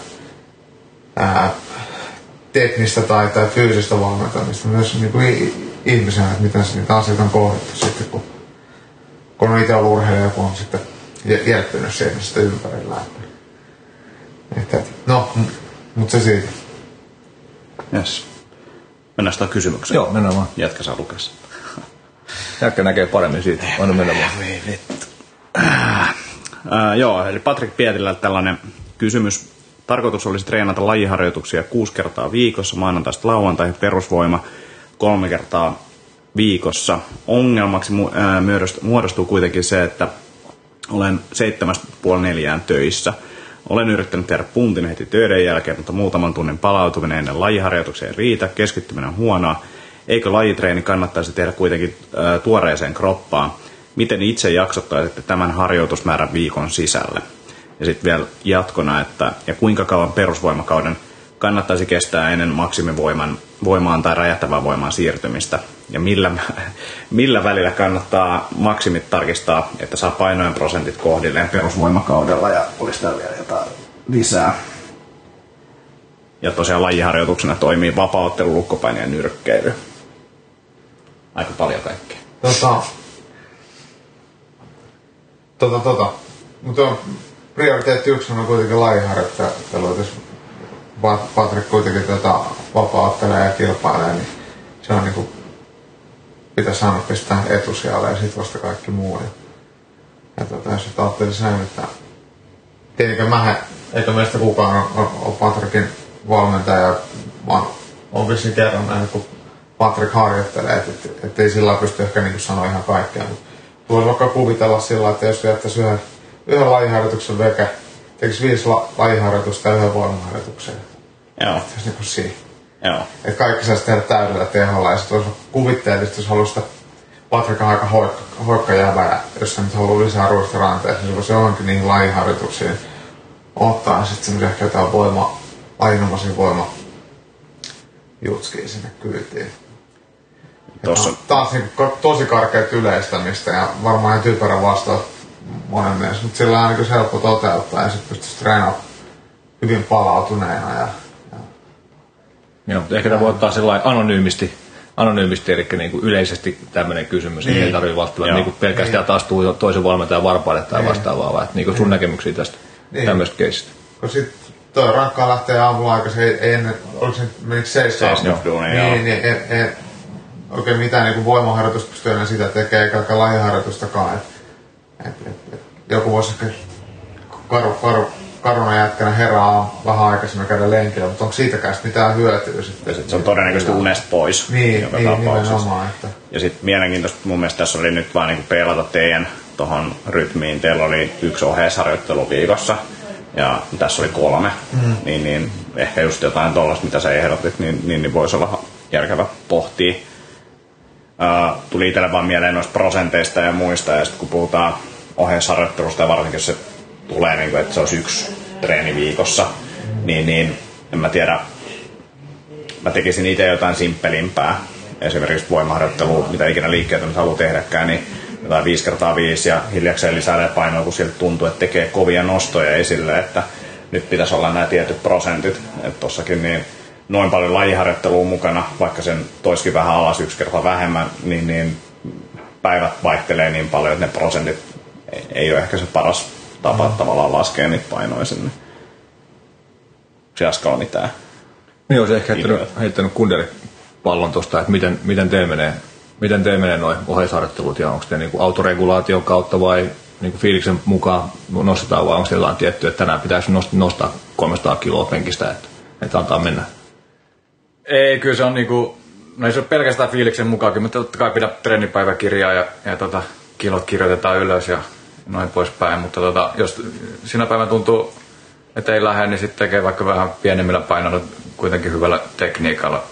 ää, teknistä tai, tai fyysistä valmentamista. Myös niin kuin ihmisenä, että miten niitä asioita on kohdettu sitten, kun, kun on itse ollut urheilija, joku on sitten järpynyt siihen sitten ympärillä. Että, että, no, mutta se siitä. Yes. Mennään sitä kysymykseen. Joo, mennään vaan. Jätkä saa lukea sen. Jätkä näkee paremmin siitä. Anna mennä vaan. Ei vittu. Äh, äh, joo, eli Patrik Pietilä tällainen kysymys. Tarkoitus olisi treenata lajiharjoituksia kuusi kertaa viikossa, maanantaista lauantaihin, perusvoima kolme kertaa viikossa. Ongelmaksi mu- äh, muodostuu kuitenkin se, että olen seitsemästä puoli neljään töissä. Olen yrittänyt tehdä puntin heti töiden jälkeen, mutta muutaman tunnin palautuminen ennen lajiharjoituksia ei riitä. Keskittyminen on huonoa. Eikö lajitreeni kannattaisi tehdä kuitenkin ä, tuoreeseen kroppaan? Miten itse jaksottaisitte tämän harjoitusmäärän viikon sisälle? Ja sitten vielä jatkona, että ja kuinka kauan perusvoimakauden kannattaisi kestää ennen maksimivoiman voimaan tai räjähtävään voimaan siirtymistä? Ja millä, millä välillä kannattaa maksimit tarkistaa, että saa painojen prosentit kohdilleen perusvoimakaudella ja olisi täällä vielä jotain lisää. Ja tosiaan lajiharjoituksena toimii vapauttelu, lukkopaini ja nyrkkeily. Aika paljon kaikkea. Tota, tota, tota. Mutta prioriteetti yksi on kuitenkin lajiharjoittelu. Jos Patrik kuitenkin tota vapauttelee ja kilpailee, niin se on niinku pitäisi aina pistää etusijalle ja sitten vasta kaikki muu. Ja tota, jos ajattelin sen, että tietenkään mä, eikä meistä kukaan ole, ole Patrikin valmentaja, vaan on vissiin kerran näin, kun Patrik harjoittelee, että et, et ei sillä pysty ehkä niin sanoa ihan kaikkea. Voisi vaikka kuvitella sillä, että jos jättäisi yhden, yhden lajiharjoituksen veke, tekisi viisi la, lajiharjoitusta ja yhden voimaharjoituksen. Joo. Se olisi niin kuin siinä. Joo. Että kaikki saisi tehdä täydellä teholla ja sitten olisi kuvitteellista, jos haluaisi sitä Patrikan aika hoikka, hoikka jäbää, jos sä nyt haluaa lisää ruista ranteessa, niin se voisi johonkin niihin lajiharjoituksiin ottaa sitten semmoisia ehkä jotain voima, lajinomaisia voima jutskiin sinne kyytiin. Tossa. Taas niin tosi karkeat yleistämistä ja varmaan ihan typerä vastaus monen mielestä, mutta sillä on ainakin helppo toteuttaa ja sitten pystyisi treenaamaan hyvin palautuneena. Ja, ja Joo, ehkä tämä voi ottaa sellainen anonyymisti, anonyymisti eli niin kuin yleisesti tämmöinen kysymys, niin. Ei tarvitse välttämättä niin pelkästään taas tuu toisen valmentajan varpaille tai niin. Vastaavaa, vaan niin sun näkemyksiä tästä niin. Tämmöistä keisistä. Kun sitten toi rankkaa lähtee aamulla aikaisin, ei, ei ennen, oliko se menikö seiskaan? Niin, niin ei, ei oikein mitään niin voimaharjoitusta pystyy enää sitä tekemään, eikä lajiharjoitustakaan. Et, et, et, et, joku voisi ehkä karu, karu Karunan jätkänä herää vähän aikaisemmin käydä lenkillä, mutta onko siitäkään mitään hyötyä sitten? Ja sit se on todennäköisesti unesta pois. Niin, niin nimenomaan. Että... Ja sitten mielenkiintoista mun mielestä tässä oli nyt vaan niinku peilata teidän tohon rytmiin. Teillä oli yksi oheisharjoittelu viikossa ja tässä oli kolme. Mm. Niin, niin ehkä just jotain tollaista, mitä sä ehdotit, niin, niin, niin voisi olla järkevä pohtia. Uh, tuli itselle vaan mieleen noista prosenteista ja muista, ja sitten kun puhutaan oheisharjoittelusta ja varsinkin jos se tulee, niin kuin, että se olisi yksi treeni viikossa, niin, niin en mä tiedä, mä tekisin itse jotain simppelimpää, esimerkiksi voimaharjoittelua, mitä ikinä liikkeitä nyt haluaa tehdäkään, niin jotain viisi kertaa viisi ja hiljakseen lisää painoa, kun siltä tuntuu, että tekee kovia nostoja esille, että nyt pitäisi olla nämä tietyt prosentit, että tossakin niin noin paljon lajiharjoittelua mukana, vaikka sen toiskin vähän alas yksi kerta vähemmän, niin, niin päivät vaihtelee niin paljon, että ne prosentit ei, ei ole ehkä se paras tapa mm. tavallaan laskea niitä painoja sinne. Onko Jaskalla mitään? Niin olisi ehkä heittänyt, heittänyt kunderipallon tuosta, että miten, miten teillä menee, miten teillä menee noin oheisharjoittelut ja onko te niinku autoregulaation kautta vai niinku fiiliksen mukaan nostetaan vai onko se jotain tiettyä, että tänään pitäisi nostaa kolmesataa kiloa penkistä, että, että antaa mennä? Ei, kyllä se on niinku, no ei se ole pelkästään fiiliksen mukaan, kyllä me totta kai pidä treenipäiväkirjaa ja, ja tota, kilot kirjoitetaan ylös ja noin poispäin, mutta tota, jos sinä päivänä tuntuu, että ei lähde, niin sitten tekee vaikka vähän pienemmillä painoilla kuitenkin hyvällä tekniikalla.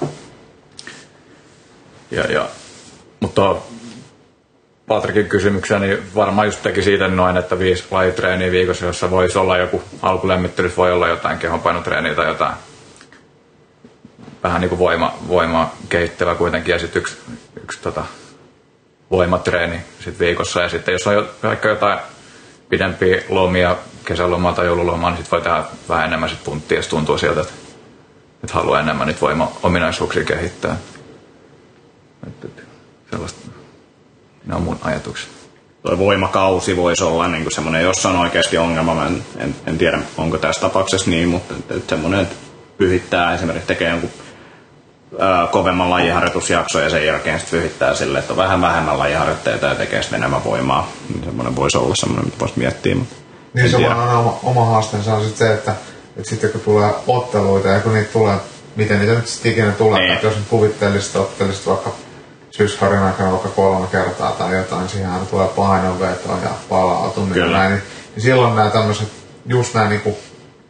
Ja, ja, mutta Patrikin kysymykseen, niin varmaan just teki siitä noin, että viisi lajitreeniä viikossa, jossa voisi olla joku alkulämmittelyssä, voi olla jotain kehonpainotreeniä tai jotain vähän niin kuin voima, voima kehittävä kuitenkin ja sitten yksi, yksi tota, voimatreeni sit viikossa ja sitten jos on jo, vaikka jotain pidempiä lomia, kesälomaa tai joululomaa, niin sitten voi tehdä vähän enemmän sit punttia ja se tuntuu sieltä, että, että haluaa enemmän niitä voima-ominaisuuksia kehittää. Et, et, sellaista, ne on mun ajatukset. Tuo voimakausi voisi olla niin semmoinen, jos on oikeasti ongelma, mä en, en, en tiedä onko tässä tapauksessa niin, mutta semmoinen, että pyhittää esimerkiksi tekee jonkun ää, kovemman lajiharjoitusjakson ja sen jälkeen sitten pyhittää sille, että on vähän vähemmän lajiharjoitteita ja tekee sitten enemmän voimaa. Niin semmoinen voisi olla semmoinen, mitä voisi miettiä. Mutta niin se on oma, oma haasteensa on sitten se, että, että sitten kun tulee otteluita ja kun niitä tulee, miten niitä nyt sitten ikinä tulee, niin. Että jos nyt kuvittelisit, ottelisit vaikka syysharin aikana vaikka kolme kertaa tai jotain, siihen aina tulee painonvetoa ja palautuminen ja näin, niin, niin silloin nämä tämmöiset, just nämä niinku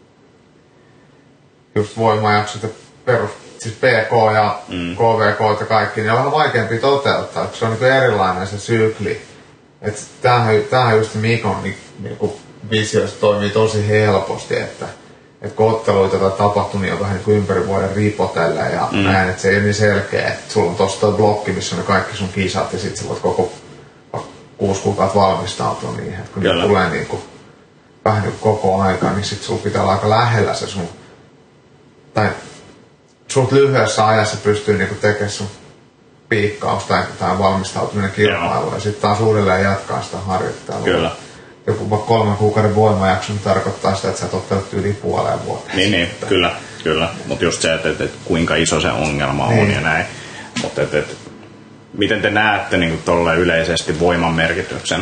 just voimajaksot ja perus, siis P K ja mm. K V K ja kaikki, niin on vähän vaikeampi toteuttaa, koska se on niin erilainen se sykli. Että tämähän, tämähän just Mikon niin, niin visioissa toimii tosi helposti, että, että kun otteluita tai tapahtui, niin on vähän niin ympäri vuoden ripotella ja mm. näin, että se ei ole niin selkeä, että sulla on tossa toi blokki, missä on kaikki sun kisat ja sit sä voit koko kuusi kuukautta valmistautua niihin. Että kun ne tulee niin kuin, vähän niin koko aika, niin sit sulla pitää olla aika lähellä se sun tai suht lyhyessä ajassa pystyy niinku tekemään sun piikkaus tai, tai valmistautuminen kilpailuun ja sitten taas uudelleen jatkaa sitä harjoittelua. Kyllä. Joku vaikka kolmen kuukauden voimajakso niin tarkoittaa sitä, että sä et ottanut yli puoleen vuoteen. Niin, niin kyllä, kyllä. Mutta just se, että, että, että kuinka iso se ongelma niin on ja näin. Mutta että, että, miten te näette niin tuolle yleisesti voiman merkityksen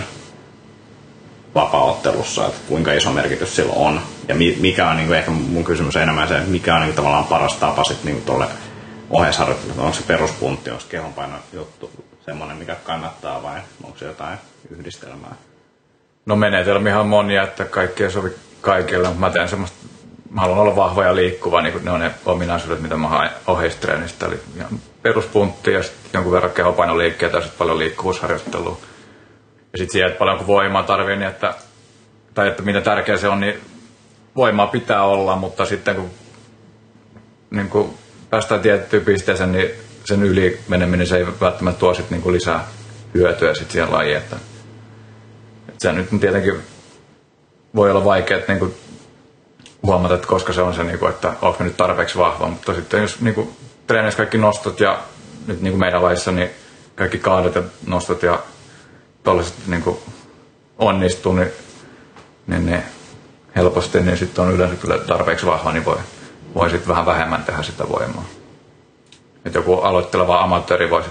vapaaottelussa, että kuinka iso merkitys sillä on ja mikä on niin kuin, ehkä mun kysymys enemmän se, että mikä on niin kuin, tavallaan paras tapa sitten niin tuolle oheisharjoittelulle, onko se peruspuntti, onko se kehonpaino juttu semmoinen, mikä kannattaa vai onko se jotain yhdistelmää? No menetelmiä on monia, että kaikki ei sovi kaikille. Mä teen semmoista, mä haluan olla vahva ja liikkuva, niin ne on ne ominaisuudet, mitä mä haen oheistreenistä. Eli ihan peruspuntti ja sitten jonkun verran kehonpainoliikkeitä ja sitten paljon liikkuvuusharjoittelua. Ja sitten siihen, että paljonko voimaa tarvii, niin että, tai että miten tärkeä se on, niin voimaa pitää olla, mutta sitten kun, niin kun päästään tiettyyn pisteeseen, niin sen yli meneminen se ei välttämättä tuo sit niin kuin lisää hyötyä sit siihen lajiin. Että, että se nyt tietenkin voi olla vaikea että niin kuin huomata, että koska se on se, niin kuin, että onko nyt tarpeeksi vahva, mutta sitten jos niin kuin treenissä kaikki nostot ja nyt niin kuin meidän lajissa, niin kaikki kaadet ja nostot ja tuollaiset niin kuin onnistuu, niin, niin, niin helposti, niin sitten on yleensä kyllä tarpeeksi vahva, niin voi, voi sitten vähän vähemmän tehdä sitä voimaa. Että joku aloitteleva amatööri voi,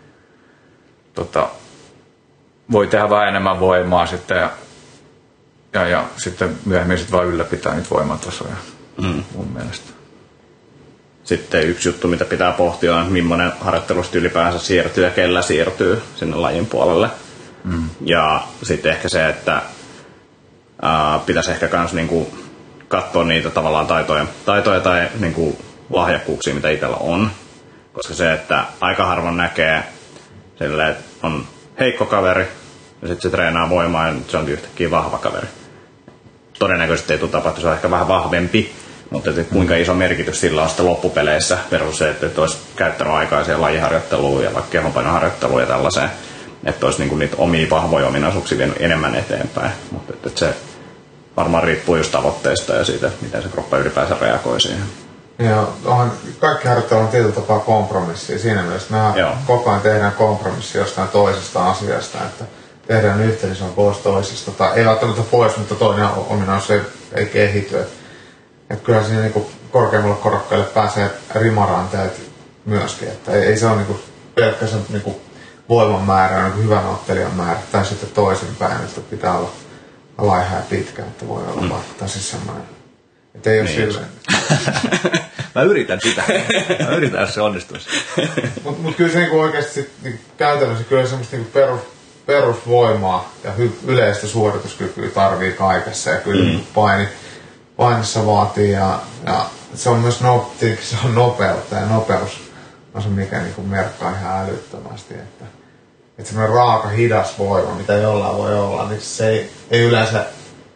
tota, voi tehdä vähän enemmän voimaa sitten ja ja, ja sitten myöhemmin sit vaan ylläpitää niitä voimatasoja mm. mun mielestä. Sitten yksi juttu, mitä pitää pohtia, on, millainen harjoittelusta ylipäänsä siirtyy ja kellä siirtyy sinne lajin puolelle. Mm. Ja sitten ehkä se, että ää, pitäisi ehkä myös niinku katsoa niitä tavallaan taitoja, taitoja tai niinku lahjakkuuksia, mitä itsellä on. Koska se, että aika harvoin näkee silleen, että on heikko kaveri ja sitten se treenaa voimaa ja se on yhtäkkiä vahva kaveri. Todennäköisesti ei tule tapahtua, se on ehkä vähän vahvempi. Mutta kuinka iso merkitys sillä on sitten loppupeleissä versus se, että olisi käyttänyt aikaa siihen lajiharjoitteluun ja vaikka kehonpainoharjoitteluun ja tällaiseen. Että olisi niinku niitä omia vahvoja ominaisuuksia vienyt enemmän eteenpäin. Mutta että se varmaan riippuu just tavoitteista ja siitä, miten se kroppa ylipäänsä reagoi siihen. Ja onhan kaikki harjoittelu on tietyllä tapaa kompromissia. Siinä mielessä me koko ajan tehdään kompromissi jostain toisesta asiasta. Että tehdään yhteen, se on pois toisesta. Tai ei välttämättä pois, mutta toinen ominaisuus ei, ei kehity. Että kyllähän siinä niinku korkeammalle korokkeelle pääsee rimaranteet myöskin. Että ei, ei se ole niinku pelkkä se niinku voiman määrä, niinku hyvän ottelijan määrä. Tai sitten toisinpäin, että pitää olla laiha ja pitkä, että voi olla mm. vaikka siis semmoinen. Että ei ole niin silleen. Mä yritän sitä. Mä yritän, jos se onnistuisi. Mutta mut kyllä se niinku oikeasti sit, niinku käytännössä kyllä semmoista niinku perus, perusvoimaa ja hy, yleistä suorituskykyä tarvii kaikessa. Ja kyllä mm. paini. Painissa vaatii ja, ja se on myös no, se on nopeutta ja nopeus on se mikä niinku merkkaa ihan älyttömästi, että, että semmoinen raaka hidas voima, mitä jollain voi olla, niin se ei, ei yleensä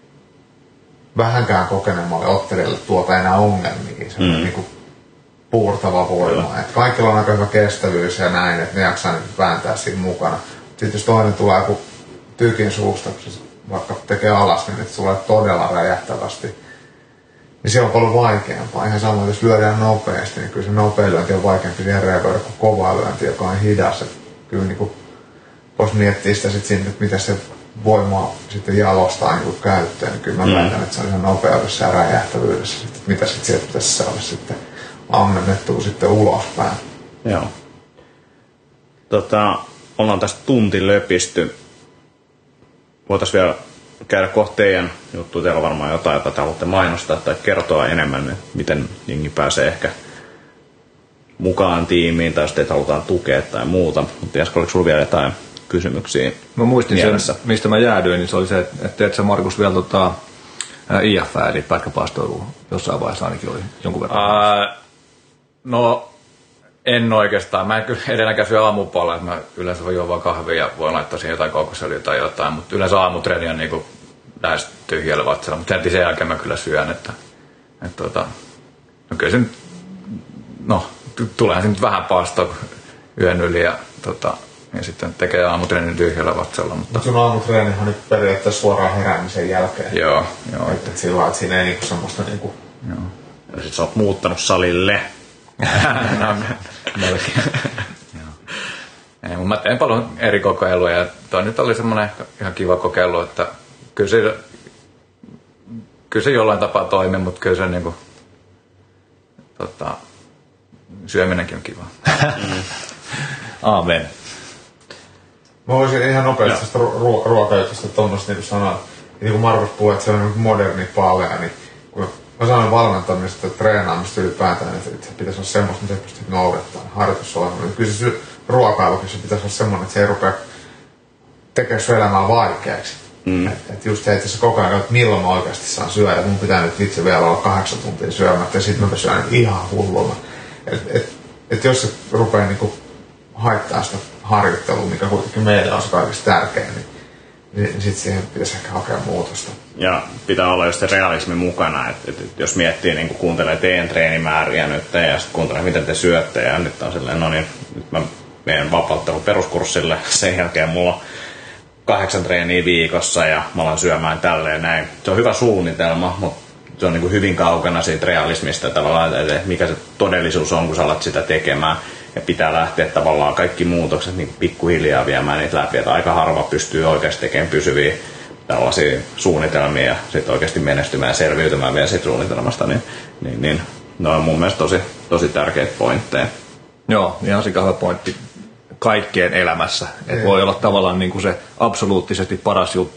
vähänkään kokeneemmalle ottelijalle tuota enää ongelmia, se on mm. niinku puurtava voima, että kaikilla on aika hyvä kestävyys ja näin, että ne jaksaa niinku vääntää siinä mukana. Sitten jos toinen tulee joku tykin suusta, kun se vaikka tekee alas, niin se tulee todella räjähtävästi. Niin se on paljon vaikeampaa. Ihan sama, jos lyödään nopeasti, niin kyllä se nopea lyönti on vaikeampi siihen reagoida kuin kova lyönti, joka on hidas. Et kyllä niin kuin, voisi miettiä sitä sit siinä, että miten se voimaa sitten jalostaa niin kuin käyttöön, niin kyllä mä mm. väitän, että se on ihan nopeudessa ja räjähtävyydessä. Sitten, mitä sitten sieltä pitäisi saada sitten ammennettua sitten ulospäin. Joo. Tota, ollaan tästä tunti löpisty. Voitaisiin vielä käydä kohta teidän juttu. Teillä on varmaan jotain, jota te haluatte mainostaa tai kertoa enemmän, miten jengi pääsee ehkä mukaan tiimiin tai jos teitä halutaan tukea tai muuta. Mutta Jaska, oliko sinulla vielä jotain kysymyksiä? Mä muistin mielessä sen, mistä mä jäädyin, niin se oli se, että teet sä Markus vielä tota, I F Ää, eli pätkäpaastoilu jossain vaiheessa ainakin oli jonkun verran. Uh, no en oikeastaan. Mä en kyllä edelläkään syö aamupalaa, että mä yleensä voin juo vaan kahvia ja voin laittaa siihen jotain koukosöljyä tai jotain, mutta yleensä aamutreeni on niinku lähes tyhjällä vatsalla, mutta heti sen jälkeen mä kyllä syön, että, että tota, no kyllä se nyt, no tuleehan se nyt vähän paastoa yön yli ja, tota, ja sitten tekee aamutreenin tyhjällä vatsalla. Mutta Mut sun aamutreenihan on nyt periaatteessa suoraan heräämisen jälkeen. Joo, joo. Että et sillä lailla, että siinä ei niinku semmoista niinku. Joo. Ja sit sä oot muuttanut salille. No, melkein. Ei, mutta mä teen paljon eri kokeiluja ja toi nyt oli semmoinen ihan kiva kokeilu, että kyllä se, kyllä se jollain tapaa toimii, mutta kyllä se niinku, tota, syöminenkin on kiva. Mm. Aamen. Mä voisin ihan nopeasti tästä ruo- ruokajutusta tuommoista niin sanoa, että niin kuin Markus puhui, että se on moderni palea, niin kun mä sanon valmentamista ja treenaamista ylipäätään, että se pitäisi olla semmoista, mitä pystyt noudattamaan harjoitusohjelma. Kyllä se ruokailukin se pitäisi olla semmoinen, että se ei rupea tekemään sun elämää vaikeaksi. Mm. Että et just se, että se koko ajan, että milloin mä oikeasti saan syödä, mun pitää nyt itse vielä olla kahdeksan tuntia syömättä ja sit mä syön ihan hulluna. Että et, et jos se rupeaa niinku haittaa sitä harjoittelua, mikä kuitenkin meille on se kaikista tärkein, niin, niin sitten siihen pitäisi ehkä hakea muutosta. Ja pitää olla just se realismi mukana, että, että jos miettii, niin kun kuuntelee teidän treenimääriä nyt ja sitten kuuntelee, miten te syötte ja nyt on silleen, no niin, nyt mä menen vapauttelun peruskurssille, sen jälkeen mulla on kahdeksan treeniä viikossa ja mä alan syömään tälleen näin. Se on hyvä suunnitelma, mutta se on niin kuin hyvin kaukana siitä realismista tavallaan, että mikä se todellisuus on, kun sä alat sitä tekemään. Ja pitää lähteä tavallaan kaikki muutokset niin pikkuhiljaa viemään niitä läpi, että aika harva pystyy oikeasti tekemään pysyviä tällaisia suunnitelmia ja sitten oikeasti menestymään ja selviytymään vielä siitä suunnitelmasta, niin, niin, niin ne on mun mielestä tosi, tosi tärkeitä pointteja. Joo, ihan se hyvä pointti kaikkeen elämässä. Et voi olla tavallaan niin kuin se absoluuttisesti paras juttu,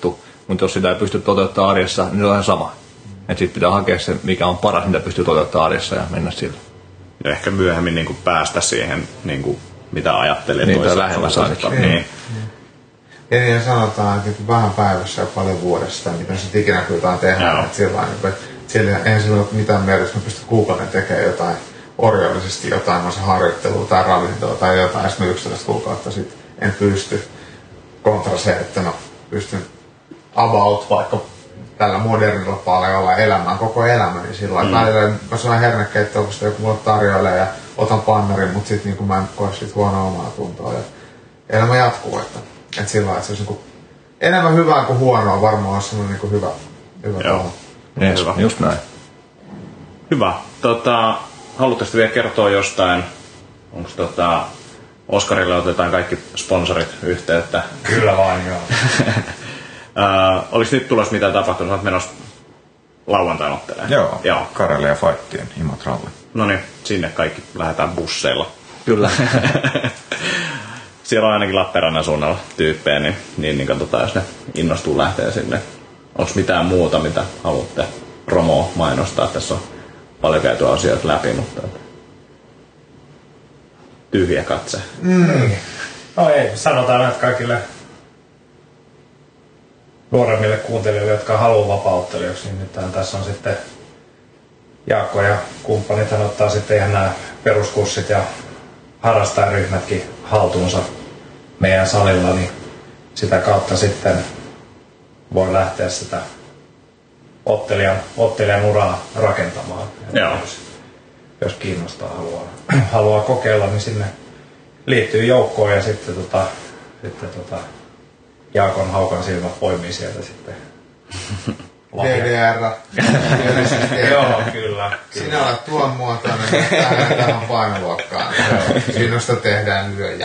mutta jos sitä ei pysty toteuttamaan arjessa, niin se on ihan sama. Että sitten pitää hakea se, mikä on paras, mitä pystyy toteuttamaan arjessa ja mennä sillä. Ja ehkä myöhemmin niin kuin päästä siihen, niin kuin, mitä ajattelee niin, toisaalta. lähemmäs ainakin. Niin. Niin. Ja niin sanotaan, että vähän päivässä ja paljon vuodesta, mitä se ikinä jotain tehdään. Että sillä sillä eihän sillä ole mitään merkitystä, että pystyy kuukauden tekemään jotain orjallisesti, jotain harjoittelua tai ravintoa tai jotain, ja sitten yksitoista kuukautta sitten en pysty. Kontra se, että mä pystyn about vaikka tällä modernilla paljolla elämään koko elämäni sillä mm. välillä, mä saan hernekeittoa, kun joku mulle tarjoilee ja otan pannarin, mutta sitten niin mä en koe sit huonoa omaa tuntoa. Ja elämä jatkuu, että, että sillä että se olisi niin enemmän hyvää kuin huonoa varmaan olisi semmoinen niin hyvä, hyvä Joo, yes, hyvä. Just näin. Hyvä. Tota, haluatteko vielä kertoa jostain, onko tota, Oskarille otetaan kaikki sponsorit yhteyttä? Kyllä vaan, joo. Uh, oliko nyt tulossa mitään tapahtunut? Olet menossa lauantaina ottelemaan? Joo, Joo. Karelia Fightien Imatralle. No niin, sinne kaikki lähdetään busseilla. Kyllä. Siellä on ainakin Lappeenrannan suunnalla tyyppejä, niin, niin, niin katsotaan, jos ne innostuu lähteä sinne. Onko mitään muuta, mitä haluatte promoa mainostaa? Tässä on paljon käyty asioita läpi, mutta tyhjä katse. Mm. No ei, sanotaan näitä kaikille nuoremmille kuuntelijoille, jotka haluaa vapauttelijoiksi, niin nyt tässä on sitten Jaakko ja kumppanit, hän ottaa sitten ihan nämä peruskurssit ja harrastajaryhmätkin haltuunsa meidän salilla, niin sitä kautta sitten voi lähteä sitä ottelijan, ottelijan uraa rakentamaan. Jos, jos kiinnostaa, haluaa, haluaa kokeilla, niin sinne liittyy joukkoon ja sitten, tota, sitten tota, Jaakon haukan silmät poimii sieltä sitten. D D R. Joo, kyllä. Sinä olet tuon muotoinen, että tähän painoluokkaan. Sinusta tehdään lyöjä.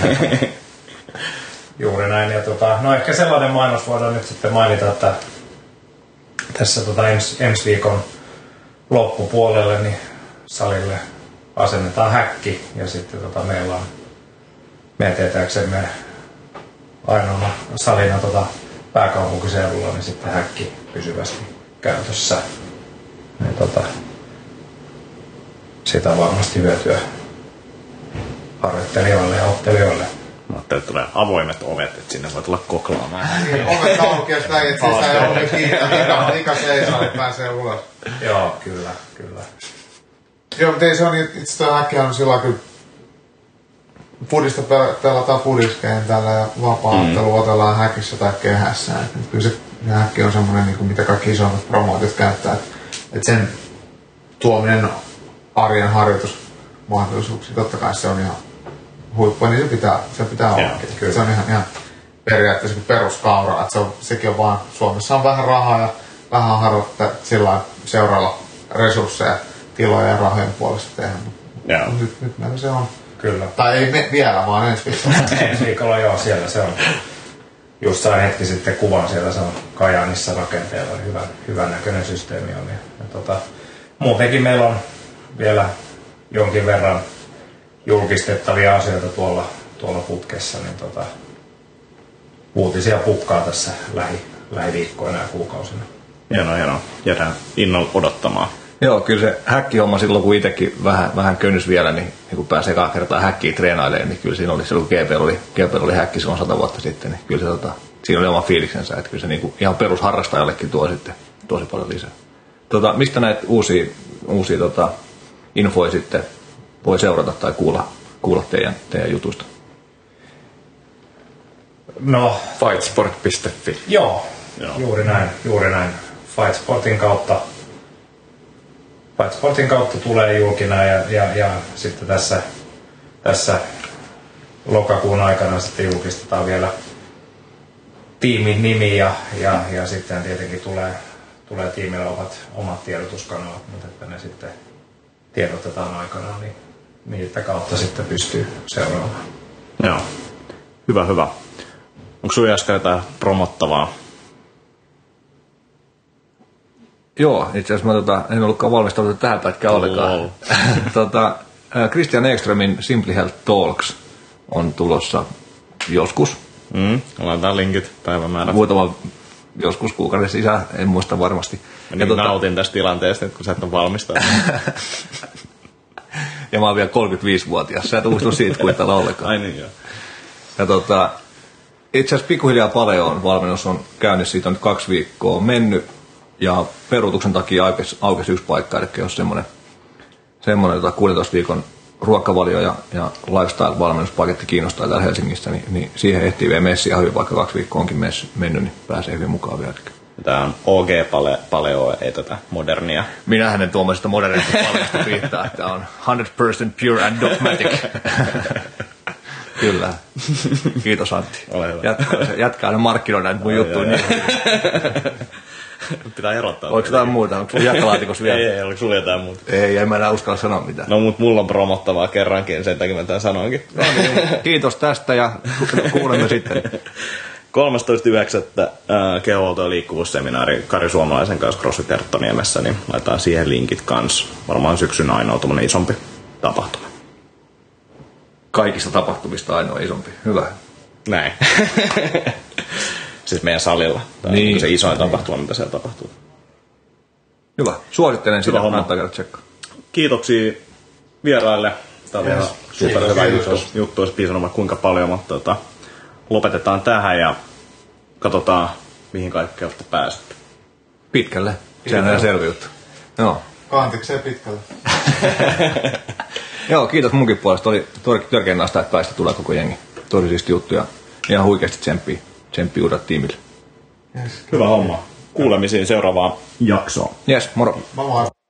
Juuri näin. Ja tota, no ehkä sellainen mainos voidaan nyt sitten mainita, että tässä tota ens, ensi viikon loppupuolelle niin salille asennetaan häkki ja sitten tota meillä on meidän tietääksemme ainoana salina tota pääkaupunkiseudulla niin sitten häkki pysyvästi käytössä. Ja tota, sitä on varmasti hyötyä harjoittelijoille ja ottelijoille. Mä ajattelin, että tulee avoimet ovet, että sinne voi tulla koklaamaan. Niin, ovet auki, jos näin, että siis ei ole kiinni. Ikä seisoo, että pääsee ulos. Joo, kyllä, kyllä. Joo, mutta ei se on, itse tuo häkkihän on sillä kyllä fudista pelataan fudiskentällä ja vapaa-ottelu mm. otellaan häkissä tai kehässä. Et kyllä se häkki on semmoinen, niin mitä kaikki isommat promootit käyttää. Että et sen tuominen arjen harjoitusmahdollisuuksiin, totta kai se on ihan huippua, niin se pitää, se pitää olla. Se on ihan, ihan periaatteessa peruskaura. Että se on, sekin on vaan, Suomessa on vähän rahaa ja vähän harjoittaa sillä seuraalla resursseja, tiloja ja rahojen puolesta tehdä. Mutta nyt, nyt meillä se on. Kyllä. Tai ei me, vielä, vaan ensi viikolla. Ensi viikolla joo, siellä se on. Just sain hetki sitten kuvan siellä, se on Kajaanissa rakenteella, hyvän, hyvän näköinen systeemi on. Ja, ja tota, muutenkin meillä on vielä jonkin verran julkistettavia asioita tuolla, tuolla putkessa, niin tota, uutisia pukkaa tässä lähi, lähiviikkoina ja kuukausina. Hienoa, hienoa. Jäädään innolla odottamaan. Joo, kyllä se häkkihomma silloin, kun itsekin vähän, vähän könnys vielä, niin, niin kun pääsee kaksi kertaa häkkiin treenailemaan, niin kyllä siinä oli silloin, kun G P oli, G P oli häkki silloin sata vuotta sitten, niin kyllä se, tota, siinä oli oma fiiliksensä, että kyllä se niin kuin ihan perusharrastajallekin tuo sitten tosi paljon lisää. Tota, mistä näitä uusia, uusia tota, infoja sitten voi seurata tai kuulla, kuulla teidän, teidän jutuista? No, fightsport piste fi. Joo, joo, juuri näin, juuri näin. Fightsportin kautta Fightsportin kautta tulee julkina ja, ja, ja sitten tässä, tässä lokakuun aikana sitten julkistetaan vielä tiimin nimi ja, ja, ja sitten tietenkin tulee, tulee tiimillä ovat omat tiedotuskanavat, mutta että ne sitten tiedotetaan aikanaan, niin niitä kautta sitten pystyy seuraamaan. Joo, hyvä, hyvä. Onko sinulla Jaska jotain promottavaa? Joo, itse asiassa mä tota, en ollutkaan valmistautunut tähän pätkään ollenkaan. tota, Christian Ekströmin Simply Health Talks on tulossa joskus. Mm, laitetaan linkit päivämäärät. Muutama joskus kuukauden sisään, en muista varmasti. Mä niin tota... nautin tästä tilanteesta, kun sä et ole valmistunut. Ja mä oon vielä kolmekymmentäviisivuotias, sä et uustu siitä kuitella ollenkaan. Ai niin joo. Ja tota, itse asiassa pikkuhiljaa Paleoon valmennus on käynnissä, siitä on nyt kaksi viikkoa mennyt. Ja peruutuksen takia aukesi, aukesi yksi paikka, eli jos semmoinen, semmoinen tota kuudentoista viikon ruokavalio ja, ja lifestyle-valmennuspaketti kiinnostaa täällä Helsingissä, niin, niin siihen ehtii vielä messi ihan hyvin, vaikka kaksi viikkoa onkin mess, mennyt, niin pääsee hyvin mukaan vielä. Tämä on O G-paleo, ei tätä modernia. Minähän en tuommoisesta modernista paleosta viittaa, että on one hundred percent pure and dogmatic. Kyllä. Kiitos Antti. Jatkaa, jatkaa ne markkinoida nyt mun juttuun. Niin. Pitää erottaa. Oliko jotain muuta? Onko sulla jakkalaatikossa vielä? Ei, ei, oliko sulla jotain muuta? Ei, en mä enää uskalla sanoa mitään. No, mutta mulla on promottavaa kerrankin, sen takia mä tämän sanoinkin. No niin, kiitos tästä ja kuulemme sitten. kolmastoista yhdeksättä kehohuolto- ja liikkuvuusseminaari Kari Suomalaisen kanssa CrossFit Erttoniemessä, niin laitetaan siihen linkit kanssa. Varmaan syksyn ainoa tommonen isompi tapahtuma. Kaikista tapahtumista ainoa isompi. Hyvä. Näin. Siis meidän salilla. Tämä niin. On se isoin tapahtuma, mitä siellä tapahtuu. Hyvä. Suosittelen sitä, kannattaa käydä tsekkaa. Kiitoksia vieraille. Tämä on vielä super hyvä juttu. Juttu olisi piisannut kuinka paljon, mutta tota, lopetetaan tähän ja katsotaan, mihin kaikkea olette pääsette. Pitkälle. Sehän on ihan selvä juttu. Joo. Kantikseen pitkälle. Joo, kiitos munkin puolesta. Oli törkeän naista, että päästä tulee koko jengi. Tosi siisti juttu ja ihan huikeasti tsemppii. Tsemppii uudet tiimille. Yes. Hyvä homma. Kuulemisiin seuraavaan jaksoon. Yes, moro. Moi moi.